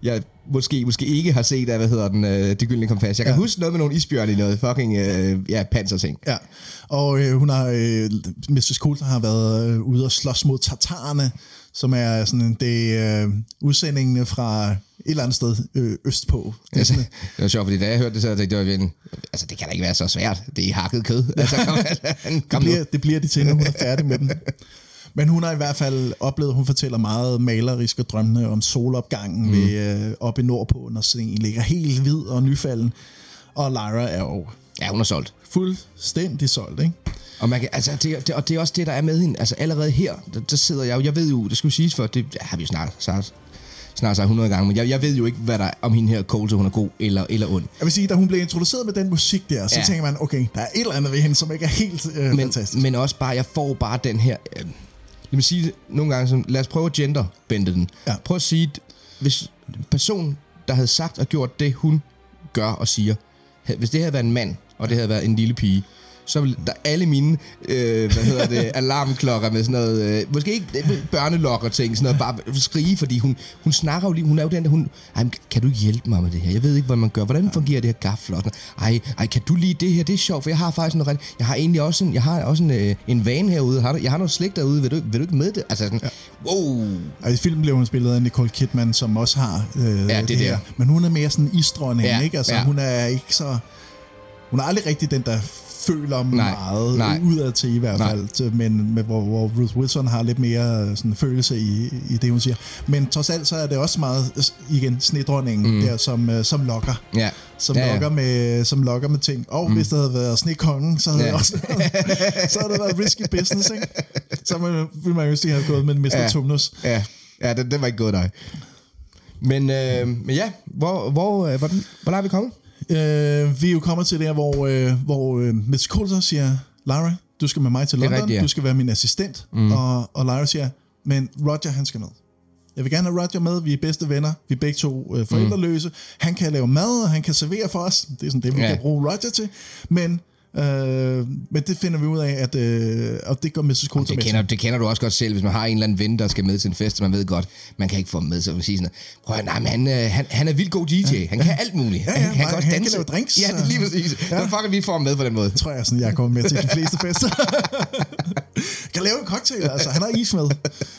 måske, måske ikke har set af, hvad hedder den, øh, Det Gyldne Kompas. Jeg kan ja. huske noget med nogle isbjørn i noget fucking øh, ja, panserting. Ja, og øh, hun har, øh, missus Coulter har været øh, ude og slås mod tatarerne, som er sådan det øh, udsendingene fra et eller andet sted øh, østpå. Det, altså, det var sjovt, fordi da jeg hørte det, så jeg tænkte, det var altså det kan da ikke være så svært. Det er hakket kød. Altså, kom, kom det, bliver, det bliver de til, når hun er færdig med den. Men hun har i hvert fald oplevet, hun fortæller meget malerisk og drømmende om solopgangen mm. ved, øh, oppe i nordpå, når sneen ligger helt hvid og nyfalden. Og Lyra er jo... Ja, hun er solgt. Fuldstændig solgt, ikke? Og, man kan, altså, det, det, og det er også det, der er med hende. Altså allerede her, der, der sidder jeg jo... Jeg ved jo, det skulle siges for, det har vi jo snart sagt, snart sagt hundrede gange, men jeg, jeg ved jo ikke, hvad der er om hende her Coulter, hun er god eller, eller ond. Jeg vil sige, da hun blev introduceret med den musik der, så ja. tænker man, okay, der er et eller andet ved hende, som ikke er helt øh, men, fantastisk. Men også bare, jeg får bare den her... Øh, lad mig sige det nogle gange, som, lad os prøve at genderbende den. Ja. Prøv at sige, hvis en person, der havde sagt og gjort det, hun gør og siger, hvis det havde været en mand, og det havde været en lille pige, så ville der alle mine øh, hvad hedder det, alarmklokker med sådan noget, øh, måske ikke børnelokker ting, sådan noget, bare skrige, fordi hun, hun snakker jo lige, hun er jo den der, hun, ej, kan du hjælpe mig med det her? Jeg ved ikke, hvad man gør. Hvordan fungerer det her gaffel? Ej, ej, kan du lide det her? Det er sjovt, for jeg har faktisk noget, jeg har egentlig også en, jeg har også en, øh, en van herude, har du, jeg har noget slik derude, vil du, vil du ikke med det? Altså sådan, ja. wow. Og i filmen blev hun spillet af Nicole Kidman, som også har øh, ja, det, det her. Der. Men hun er mere sådan isdronning, ja, ikke? Altså, ja. hun er ikke så, hun er aldrig rigtig den, der føler nej, meget nej. udad til i hvert fald, men med, hvor, hvor Ruth Wilson har lidt mere sådan, følelse i, i det, hun siger. Men trods alt, så er det også meget, igen, snedronningen mm. der, som, som lokker. Ja. Som, ja, ja. lokker med, som lokker med ting. Og mm. hvis der havde været snekongen, så havde ja. det også så havde det været risky business, ikke? Så ville man jo sige, have gået med mister Ja. Tumnus. Ja, ja det, det var ikke gået dig. Men, øh, men ja, hvor, hvor, hvor, hvor langt er vi kommet? Uh, vi er jo kommet til der, hvor, uh, hvor uh, missus Coulter siger, Lyra, du skal med mig til London, rigtigt, ja. du skal være min assistent. Mm. Og, og Lyra siger, men Roger, han skal med. Jeg vil gerne have Roger med, vi er bedste venner, vi er begge to uh, forældreløse. Mm. Han kan lave mad, og han kan servere for os. Det er sådan det, vi ja. kan bruge Roger til. Men... Uh, men det finder vi ud af, at uh, og det går missus Coulter det kender, det kender du også godt selv, hvis man har en eller anden ven, der skal med til en fest, og man ved godt, man kan ikke få ham med, så man siger sådan, prøv at, nej, men han, uh, han, han er vildt god D J, ja. han kan alt muligt. Ja, ja, han, han, han, kan, han danse. kan lave drinks. Ja, det er lige præcis. Ja. Så fucker vi får ham med på den måde. Tror jeg sådan, jeg kommer med til de fleste fester. Kan lave en cocktail, altså, han har is med.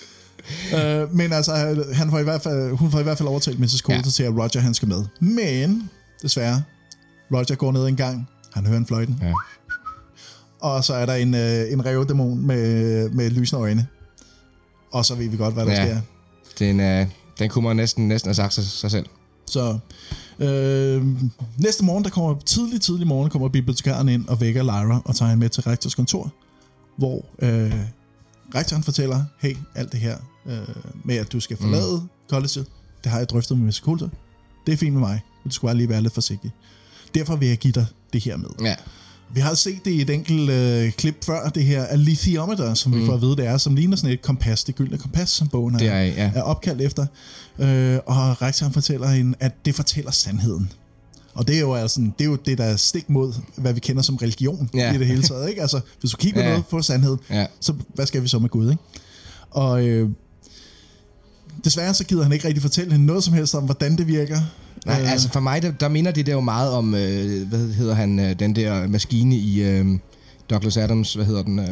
Uh, men altså, han får i hvert fald, hun får i hvert fald overtalt missus Coulter ja. til, at Roger han skal med. Men, desværre, Roger går ned en gang, han hører en fløjten. Ja. Og så er der en, øh, en rævedæmon med, med lysende øjne. Og så ved vi godt, hvad der ja, sker. Den, øh, den kunne man næsten, næsten have sagt sig, sig selv. Så øh, næste morgen, der kommer tidlig, tidlig morgen, kommer bibliotekaren ind og vækker Lyra og tager hende med til rektors kontor. Hvor øh, rektoren fortæller, hey, alt det her øh, med, at du skal forlade mm. colleget, det har jeg drøftet med missus Coulter. Det er fint med mig, men du skulle bare lige være lidt forsigtig. Derfor vil jeg give dig det her med. Ja. Vi har set det i et enkelt øh, klip før, det her alethiometer, som mm. vi får at vide, det er, som ligner sådan et kompas, det gyldne kompas, som bogen er, er, ja. er opkaldt efter. Øh, og rektoren fortæller hende, at det fortæller sandheden. Og det er jo altså, det er jo det, der er stik mod, hvad vi kender som religion ja. i det hele taget, ikke? Altså, hvis du kigger ja. noget på sandheden, ja. så hvad skal vi så med Gud, ikke? Og øh, desværre så gider han ikke rigtig fortælle hende noget som helst om, hvordan det virker. Nej, øh. altså for mig, der, der minder det der jo meget om, øh, hvad hedder han, øh, den der maskine i øh, Douglas Adams, hvad hedder den, øh,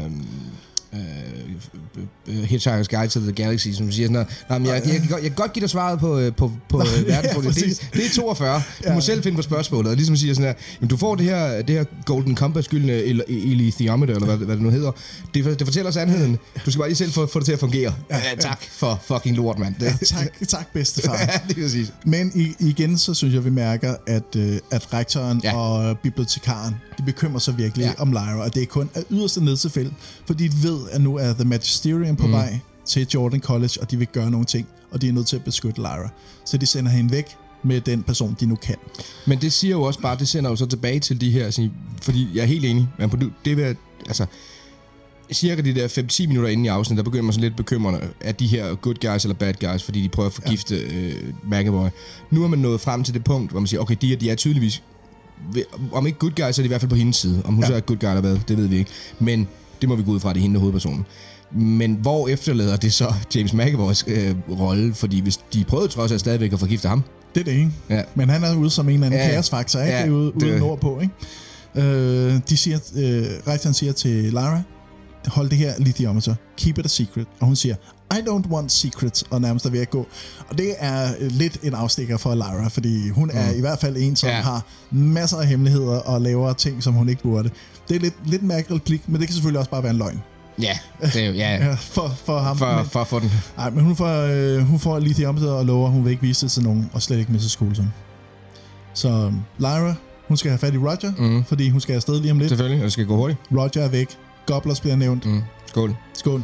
øh, Hitchhiker's Guide to the Galaxy, som siger sådan noget, nej, men jeg, jeg, jeg, jeg, jeg kan godt give dig svaret på, på, på verdensmålet. Ja, det, det er toogfyrre. Du ja. må selv finde på spørgsmålet, og ligesom siger sådan her, men du får det her, det her Golden Compass gyldne alethiometer, eller hvad, hvad det nu hedder. Det, det fortæller sandheden. Du skal bare lige selv få, få det til at fungere. Ja, ja, tak for fucking lort, mand. Ja, tak, tak bedstefar. Ja, det er præcis. Men i, igen, så synes jeg, vi mærker, at, at rektoren ja. og bibliotekaren, de bekymrer sig virkelig ja. om Lyra, og det er kun af yderste nedtilfælde, fordi de ved, at nu er The Magisterium på mm. vej til Jordan College, og de vil gøre nogle ting, og de er nødt til at beskytte Lyra. Så de sender hende væk med den person, de nu kan. Men det siger jo også bare, det sender jo så tilbage til de her, altså, fordi jeg er helt enig, men på det vil altså cirka de der fem til ti minutter inde i afsnit, der begynder man sådan lidt bekymrende, at de her good guys eller bad guys, fordi de prøver at forgifte ja. øh, McAvoy. Nu er man nået frem til det punkt, hvor man siger, okay, de her, de er tydeligvis, om ikke good guys, så er de i hvert fald på hendes side. Om hun ja. så er good guy eller hvad, det ved vi ikke. Men det må vi gå ud fra, det er hende, der er hovedpersonen. Men hvor efterlader det så James McAvoys øh, rolle? Fordi hvis de prøvede trods alt stadigvæk at forgifte ham, Det er det, ikke? Ja. Men han er ude som en eller anden Ja. kaosfaktor, ikke? Ja, Det er ude, det- ude nordpå, ikke? Øh, de siger, øh, rektoren siger til Lara, hold det her lithiometer, keep it a secret. Og hun siger, I don't want secrets, og nærmest er ved at gå. Og det er lidt en afstikker for Lara, fordi hun mm. er i hvert fald en, som Ja. har masser af hemmeligheder og laver ting, som hun ikke burde. Det er lidt, lidt mærkelig replik, men det kan selvfølgelig også bare være en løgn. Ja, det er jo, ja, Ja, for, for ham. for, Men- for at få den. Nej, men hun får, øh, hun får lithiummet og lover, at hun vil ikke vise det til nogen, og slet ikke missus Coulson. Så um, Lyra, hun skal have fat i Roger, mm. fordi hun skal afsted lige om lidt. Selvfølgelig, og det skal gå hurtigt. Roger er væk. Gobblers bliver nævnt. Mm. Skål. Skål.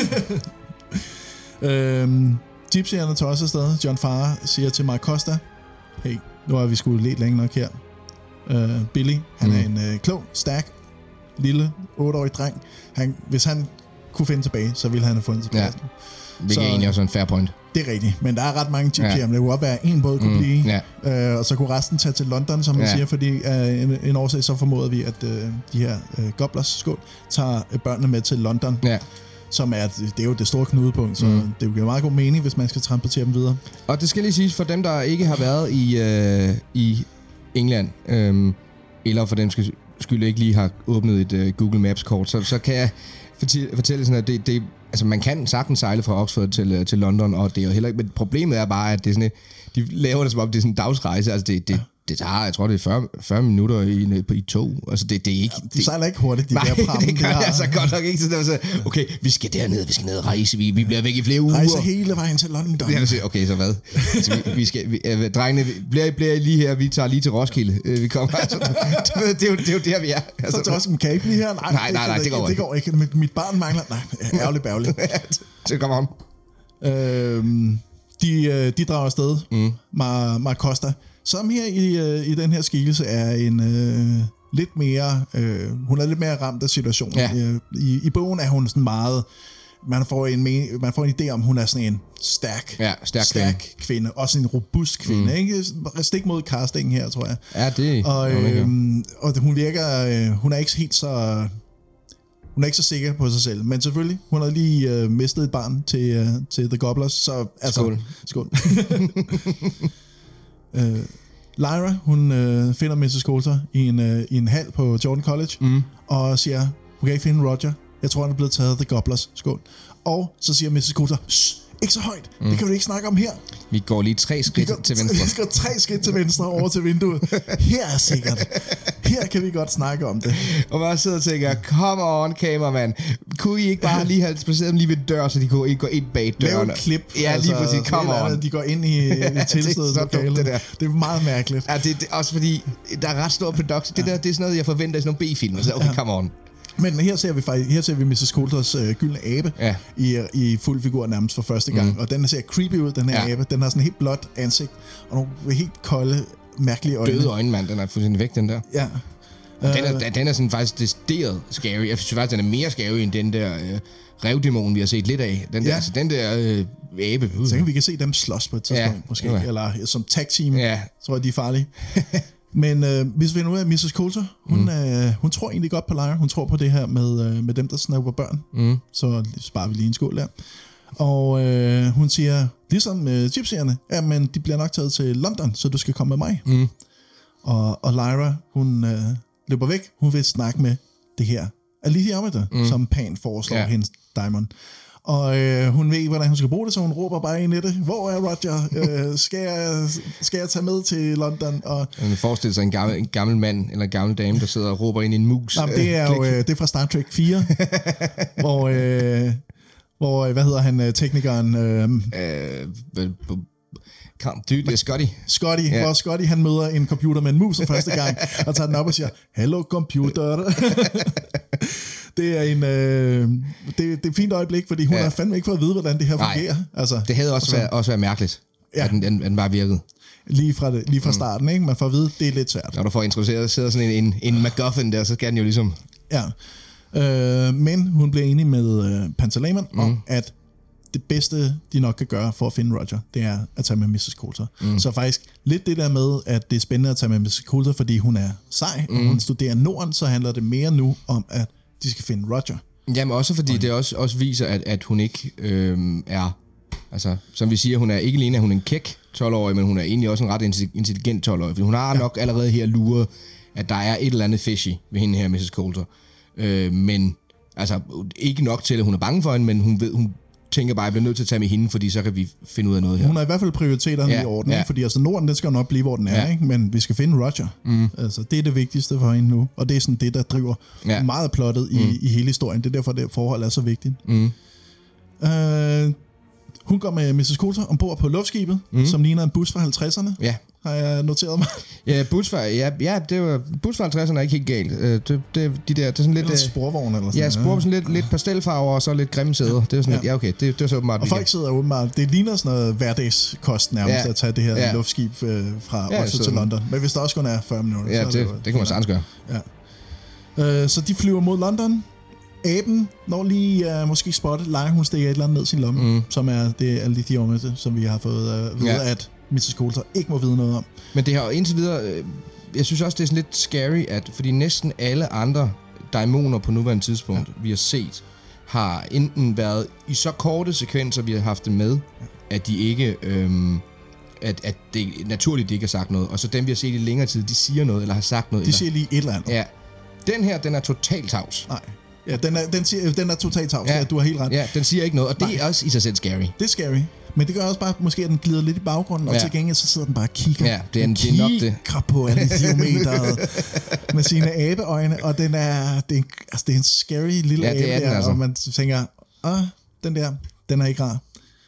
øhm, Gypsyerne tager også afsted. John Farrar siger til Mark Costa, hey, nu har vi sgu let længe nok her. Øh, Billy, han mm. er en øh, klog, stærk, lille, otteårig dreng. Han, hvis han kunne finde tilbage, så ville han have fundet tilbage. Ja. Hvilket er egentlig også en fair point. Det er rigtigt, men der er ret mange gypsyer, Ja. men det kunne godt være, at en båd kunne mm, blive, ja. øh, og så kunne resten tage til London, som man Ja. siger, fordi øh, en, en årsag så formoder vi, at øh, de her øh, gobblers, skål, tager øh, børnene med til London, Ja. som er, det er jo det store knudepunkt, så Mm. det giver meget god mening, hvis man skal transportere dem videre. Og det skal lige siges, for dem, der ikke har været i, øh, i England, øh, eller for dem skal skyld ikke lige har åbnet et øh, Google Maps-kort, så, så kan jeg fortælle, fortælle sådan, at det, det, altså man kan sagtens sejle fra Oxford til, øh, til London, og det er jo heller ikke, men problemet er bare, at det er sådan et, de laver det som om, det er sådan en dagsrejse, altså det, det, ja. det tager, jeg tror det er fyrre, fyrre minutter i, en, i tog, altså det, det er ikke... De sejler ikke hurtigt, de nej, der pramme. det gør de har, jeg altså godt nok ikke, så det var så, okay, vi skal derned, vi skal ned og rejse, vi, vi bliver væk i flere uger. rejser hele vejen til London. Jeg vil sige, okay, så hvad? Altså, vi, vi skal, vi, øh, drengene, vi, bliver, bliver I lige her, vi tager lige til Roskilde. Øh, vi kommer, altså, du ved, det, er jo, det er jo der, vi er. Altså, Så også en kan I blive her? Nej, Nej, nej, nej, det går det ikke. går ikke. Mit, mit barn mangler... Nej, ærgerligt bærgerligt. det kommer om. Øhm, de, øh, de drager afsted, mm. Mar, Mar Costa, som her i, øh, i den her skikkelse er en øh, lidt mere, øh, hun er lidt mere ramt af situationen. Ja. Øh, i, I bogen er hun sådan meget, man får en, men, man får en idé om, hun er sådan en stærk, Ja, stærk stærk kvinde. kvinde, også en robust kvinde, mm. ikke? Stik mod castingen her, tror jeg. Ja, det Og, øh, og hun virker, øh, hun er ikke helt så... Hun er ikke så sikker på sig selv, men selvfølgelig, hun har lige øh, mistet et barn til, øh, til The Gobblers, så altså... Skål. Skål. øh, Lyra, hun øh, finder missus Coulter i en, øh, i en hal på Jordan College, mm. og siger, hun kan ikke finde Roger, jeg tror, han er blevet taget af The Gobblers. Skål. Og så siger missus Coulter, ikke så højt, mm. det kan du ikke snakke om her. Vi går lige tre skridt går, til venstre. Vi skal tre skridt til venstre over til vinduet. Her er sikkert. Her kan vi godt snakke om det. Og man sidder og tænker, come on, kameramand. Kunne I ikke bare lige have placeret dem lige ved døren, så de kunne ikke gå ind bag døren? Lav et klip. Ja, lige præcis. Come on. Andet, de går ind i, i tilstedet så lokale. dumt, det der. Det er meget mærkeligt. Ja, det, det også fordi, der er ret stor production. Det der, det er sådan noget, jeg forventer i sådan nogle B-film. Så okay, come on. Men her ser vi faktisk, her ser vi missus Coulters øh, gyldne abe Ja. i, i fuld figur nærmest for første gang. Mm. Og den ser creepy ud, den her Ja. abe. Den har sådan helt blåt ansigt, og nogle helt kolde, mærkelige øjne. Døde øjne, mand. Den er fuldstændig væk, den der. Ja. Den er, den er sådan faktisk decideret scary. Jeg synes faktisk, den er mere scary end den der øh, revdæmon, vi har set lidt af. Den der, Ja. altså, den der øh, abe. Uh. Så tænker vi kan se dem slås på et tidspunkt, Ja. måske. Ja. Eller som tag team, Ja. tror jeg, de er farlige. Men øh, hvis vi finder ud af, at missus Coulter, hun, mm. øh, hun tror egentlig godt på Lyra. Hun tror på det her med, øh, med dem, der snapper børn. Mm. Så sparer vi lige en skål der. Og øh, hun siger, ligesom øh, gypsyerne, jamen de bliver nok taget til London, så du skal komme med mig. Mm. Og, og Lyra, hun øh, løber væk. Hun vil snakke med det her lithiummeter, mm. som Pan foreslår Ja. hendes Diamond. Og øh, hun ved ikke, hvordan hun skal bruge det, så hun råber bare ind i det. Hvor er Roger? Øh, skal, jeg, skal jeg tage med til London? Og Man forestiller sig en gammel, en gammel mand eller en gammel dame, der sidder og råber ind i en mus. jamen, det er jo øh, det er fra Star Trek fire, hvor, øh, hvor, øh, hvad hedder han, øh, teknikeren? Øh, Øh, Kom, du, det er Scotty. Scotty, Ja. ja. hvor Scotty han møder en computer med en mus for første gang, og tager den op og siger, hello computer. Det er en øh, det, det er et fint øjeblik, fordi hun Ja. har fandme ikke fået at vide, hvordan det her Nej. fungerer. Altså, Det havde også, så- været, også været mærkeligt, Ja. at, den, at den bare virkede. lige fra, det, lige fra starten, ikke? Man får at vide, det er lidt svært. Når du får introduceret, sidder sådan en, en, en MacGuffin der, så skal den jo ligesom... Ja. Øh, men hun bliver enig med øh, Pantaleimon mm. om, at det bedste, de nok kan gøre for at finde Roger, det er at tage med missus Coulter. Mm. Så faktisk lidt det der med, at det er spændende at tage med missus Coulter, fordi hun er sej, mm. og hun studerer Norden, så handler det mere nu om, at de skal finde Roger. Jamen også fordi det også, også viser, at, at hun ikke øhm, er Altså, som vi siger, hun er ikke alene, hun er en kæk tolv-årig, men hun er egentlig også en ret intelligent tolv-årig, fordi hun har ja. nok allerede her luret, at der er et eller andet fishy ved hende her, missus Coulter. Øh, men, altså, ikke nok til, at hun er bange for hende, men hun ved, hun tænker bare, at jeg bliver nødt til at tage med hende, fordi så kan vi finde ud af noget her. Hun har i hvert fald prioriteterne ja, i orden, ja. fordi altså Norden, den skal nok blive, hvor den er, ja. ikke? Men vi skal finde Roger. Mm. Altså, det er det vigtigste for hende nu, og det er sådan det, der driver ja. meget plottet i, mm. i hele historien. Det er derfor, det forhold er så vigtigt. Mm. Øh, hun går med missus Coulter ombord på luftskibet, mm. som ligner en bus fra halvtredserne. Ja. Har jeg noteret mig. Ja, bus fra, ja, ja, det var, bus fra halvtredserne er ikke helt galt. Det, det, de der, det er sådan lidt... Det er sporvogn eller sådan. Ja, spor, sådan lidt, lidt pastelfarver og så lidt grimme sæder. Det er sådan ja. lidt, ja okay, det, det er så åbenbart. Og folk sidder åbenbart, det ligner sådan noget hverdagskost nærmest ja. at tage det her ja. luftskib øh, fra ja, Oslo til London. Men hvis der også kun er fyrre minutter. Ja, så det, det, det, det kan man sagtens gøre. Ja. Øh, så de flyver mod London. Aben når lige uh, måske spottet, leger hun stikker et eller andet ned i sin lomme, mm. som er det alle de diormete, som vi har fået uh, vide, ja. at missus Coulter ikke må vide noget om. Men det har jo indtil videre, øh, jeg synes også, det er sådan lidt scary, at fordi næsten alle andre daimoner på nuværende tidspunkt, ja. vi har set, har enten været i så korte sekvenser, vi har haft det med, ja. at de ikke, øhm, at, at det naturligt, de ikke har sagt noget, og så dem, vi har set i længere tid, de siger noget, eller har sagt noget. De siger lige et eller andet. Ja. Den her, den er totalt tavs. Nej. Ja, den er, den, siger, den er totalt tavs, ja. du har helt ret. Ja, den siger ikke noget, og det Nej. er også i sig selv scary. Det er scary. Men det gør også bare, måske at den glider lidt i baggrunden, og ja. til gengæld så sidder den bare og kigger. Ja, det er, det er nok det. Kigger på alle diometeret med sine abeøjne, og den er, det er, altså, det er en scary lille ja, abe den, der, altså. og man tænker, åh, den der, den er ikke rar.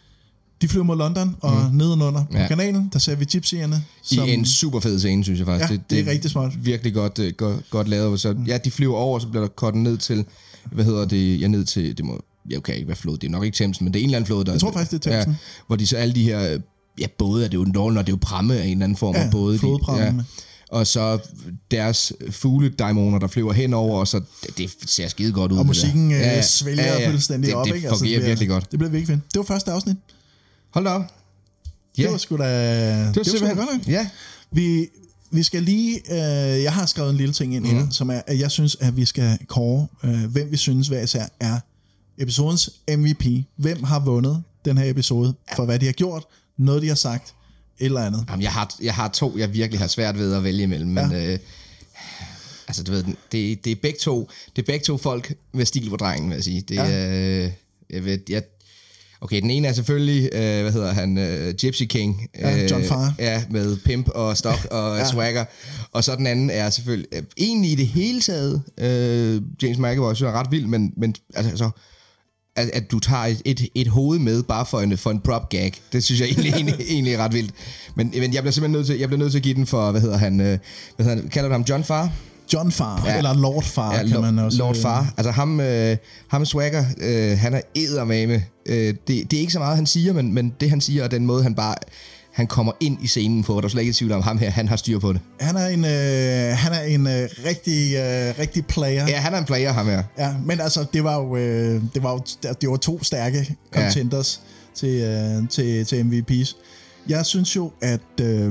De flyver mod London, og mm. nedenunder på ja. kanalen, der ser vi gypsierne. Som... I en super fed scene, synes jeg faktisk. Ja, det, det, det er rigtig smart. Virkelig godt, uh, godt, godt lavet. Så, mm. Ja, de flyver over, og så bliver der kortet ned til, hvad hedder det, ja, ned til, det må, jeg kan ikke være flod, det er nok ikke Thamesen, men det er en eller anden flod, der... Jeg tror faktisk, det er Thamesen. Ja, hvor de så alle de her, ja, både er det jo når det er jo pramme af en eller anden form af ja, både. flodpramme. Ja, og så deres fugle-daimoner, der flyver henover, og så det, det ser skide godt ud. Og musikken ja, ja. svælger ja, ja. fuldstændig det, op, det ikke? Det fungerer altså, virkelig godt. Det bliver virkelig fedt. Det var første afsnit. Hold da op. Det yeah. var sgu da... Det var, det var simpelthen godt nok. Ja. Vi, vi skal lige... Øh, jeg har skrevet en lille ting ind her, mm. som er, at jeg synes, at vi skal kåre, øh, hvem vi synes hver især er episodens M V P. Hvem har vundet den her episode for, hvad de har gjort, noget de har sagt, eller andet. Jamen, jeg har, jeg har to, jeg virkelig har svært ved at vælge imellem, men... Ja. Øh, altså, du ved, det, det er begge to, det er begge to folk med stil på drengen, vil jeg sige. Det, ja. øh, jeg ved, jeg... Okay, den ene er selvfølgelig, øh, hvad hedder han, øh, Gypsy King. Ja, John Farr. Øh, ja, med pimp og stok og ja. swagger. Og så den anden er selvfølgelig, øh, egentlig i det hele taget, øh, James McAvoy, synes jeg er ret vild, men, men altså, at, at du tager et, et, et hoved med bare for en, for en prop gag, det synes jeg egentlig, egentlig, egentlig er ret vildt. Men, men jeg bliver simpelthen nødt til, jeg bliver nødt til at give den for, hvad hedder han, øh, hvad hedder han, kalder du ham John Farr? John Farr, ja. eller Lord Farr, ja, kan man også... Lord Farr. Altså ham, øh, ham Swagger, øh, han er eddermame. Øh, det, det er ikke så meget, han siger, men, men det han siger, og den måde, han bare... Han kommer ind i scenen på, og der er slet ikke tvivl om ham her, han har styr på det. Han er en, øh, han er en øh, rigtig, øh, rigtig player. Ja, han er en player, ham her. Ja, men altså, det var jo, øh, det var jo det var to stærke contenders ja. til, øh, til, til M V P's. Jeg synes jo, at... Øh,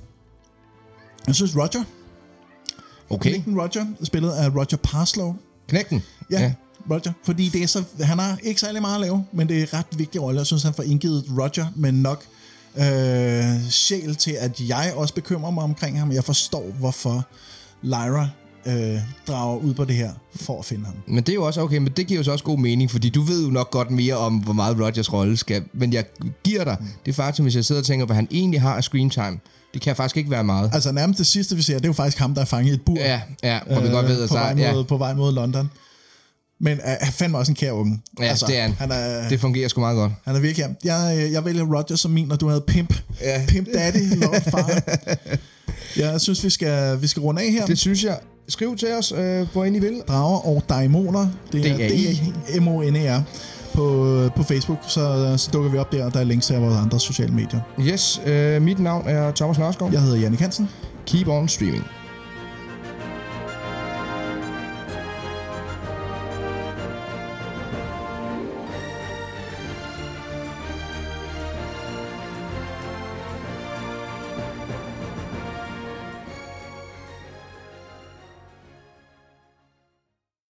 jeg synes, Roger... Okay. Knægten Roger, spillet af Roger Parslow. Knægten? Ja, ja, Roger. Fordi det er så, han har ikke særlig meget at lave, men det er en ret vigtig rolle. Jeg synes, han får indgivet Roger med nok øh, sjæl til, at jeg også bekymrer mig omkring ham. Jeg forstår, hvorfor Lyra øh, drager ud på det her for at finde ham. Men det er jo også okay, men det giver jo så også god mening, fordi du ved jo nok godt mere om, hvor meget Rogers rolle skal. Men jeg giver dig mm. det faktum, hvis jeg sidder og tænker, hvad han egentlig har af screen time. Det kan faktisk ikke være meget. Altså nærmest det sidste, vi ser, det er jo faktisk ham, der er fanget i et bur. Ja, ja, hvor vi øh, godt ved, at på, så, vej mod, ja. på vej mod London. Men uh, han fandt også en kær unge. Ja, altså, det er han. han er, det fungerer sgu meget godt. Han er virkelig ham. Jeg, jeg vælger Roger som min, når du havde Pimp. Ja. Pimp Daddy, Lord Farr. Jeg synes, vi skal, vi skal runde af her. Det synes jeg. Skriv til os, øh, hvor end I vil. Drager og Daimoner. Det er D M O N E R. På, på Facebook, så, så dukker vi op der, og der er links til vores andre sociale medier. Yes, øh, mit navn er Thomas Nørskov. Jeg hedder Jannik Hansen. Keep on streaming.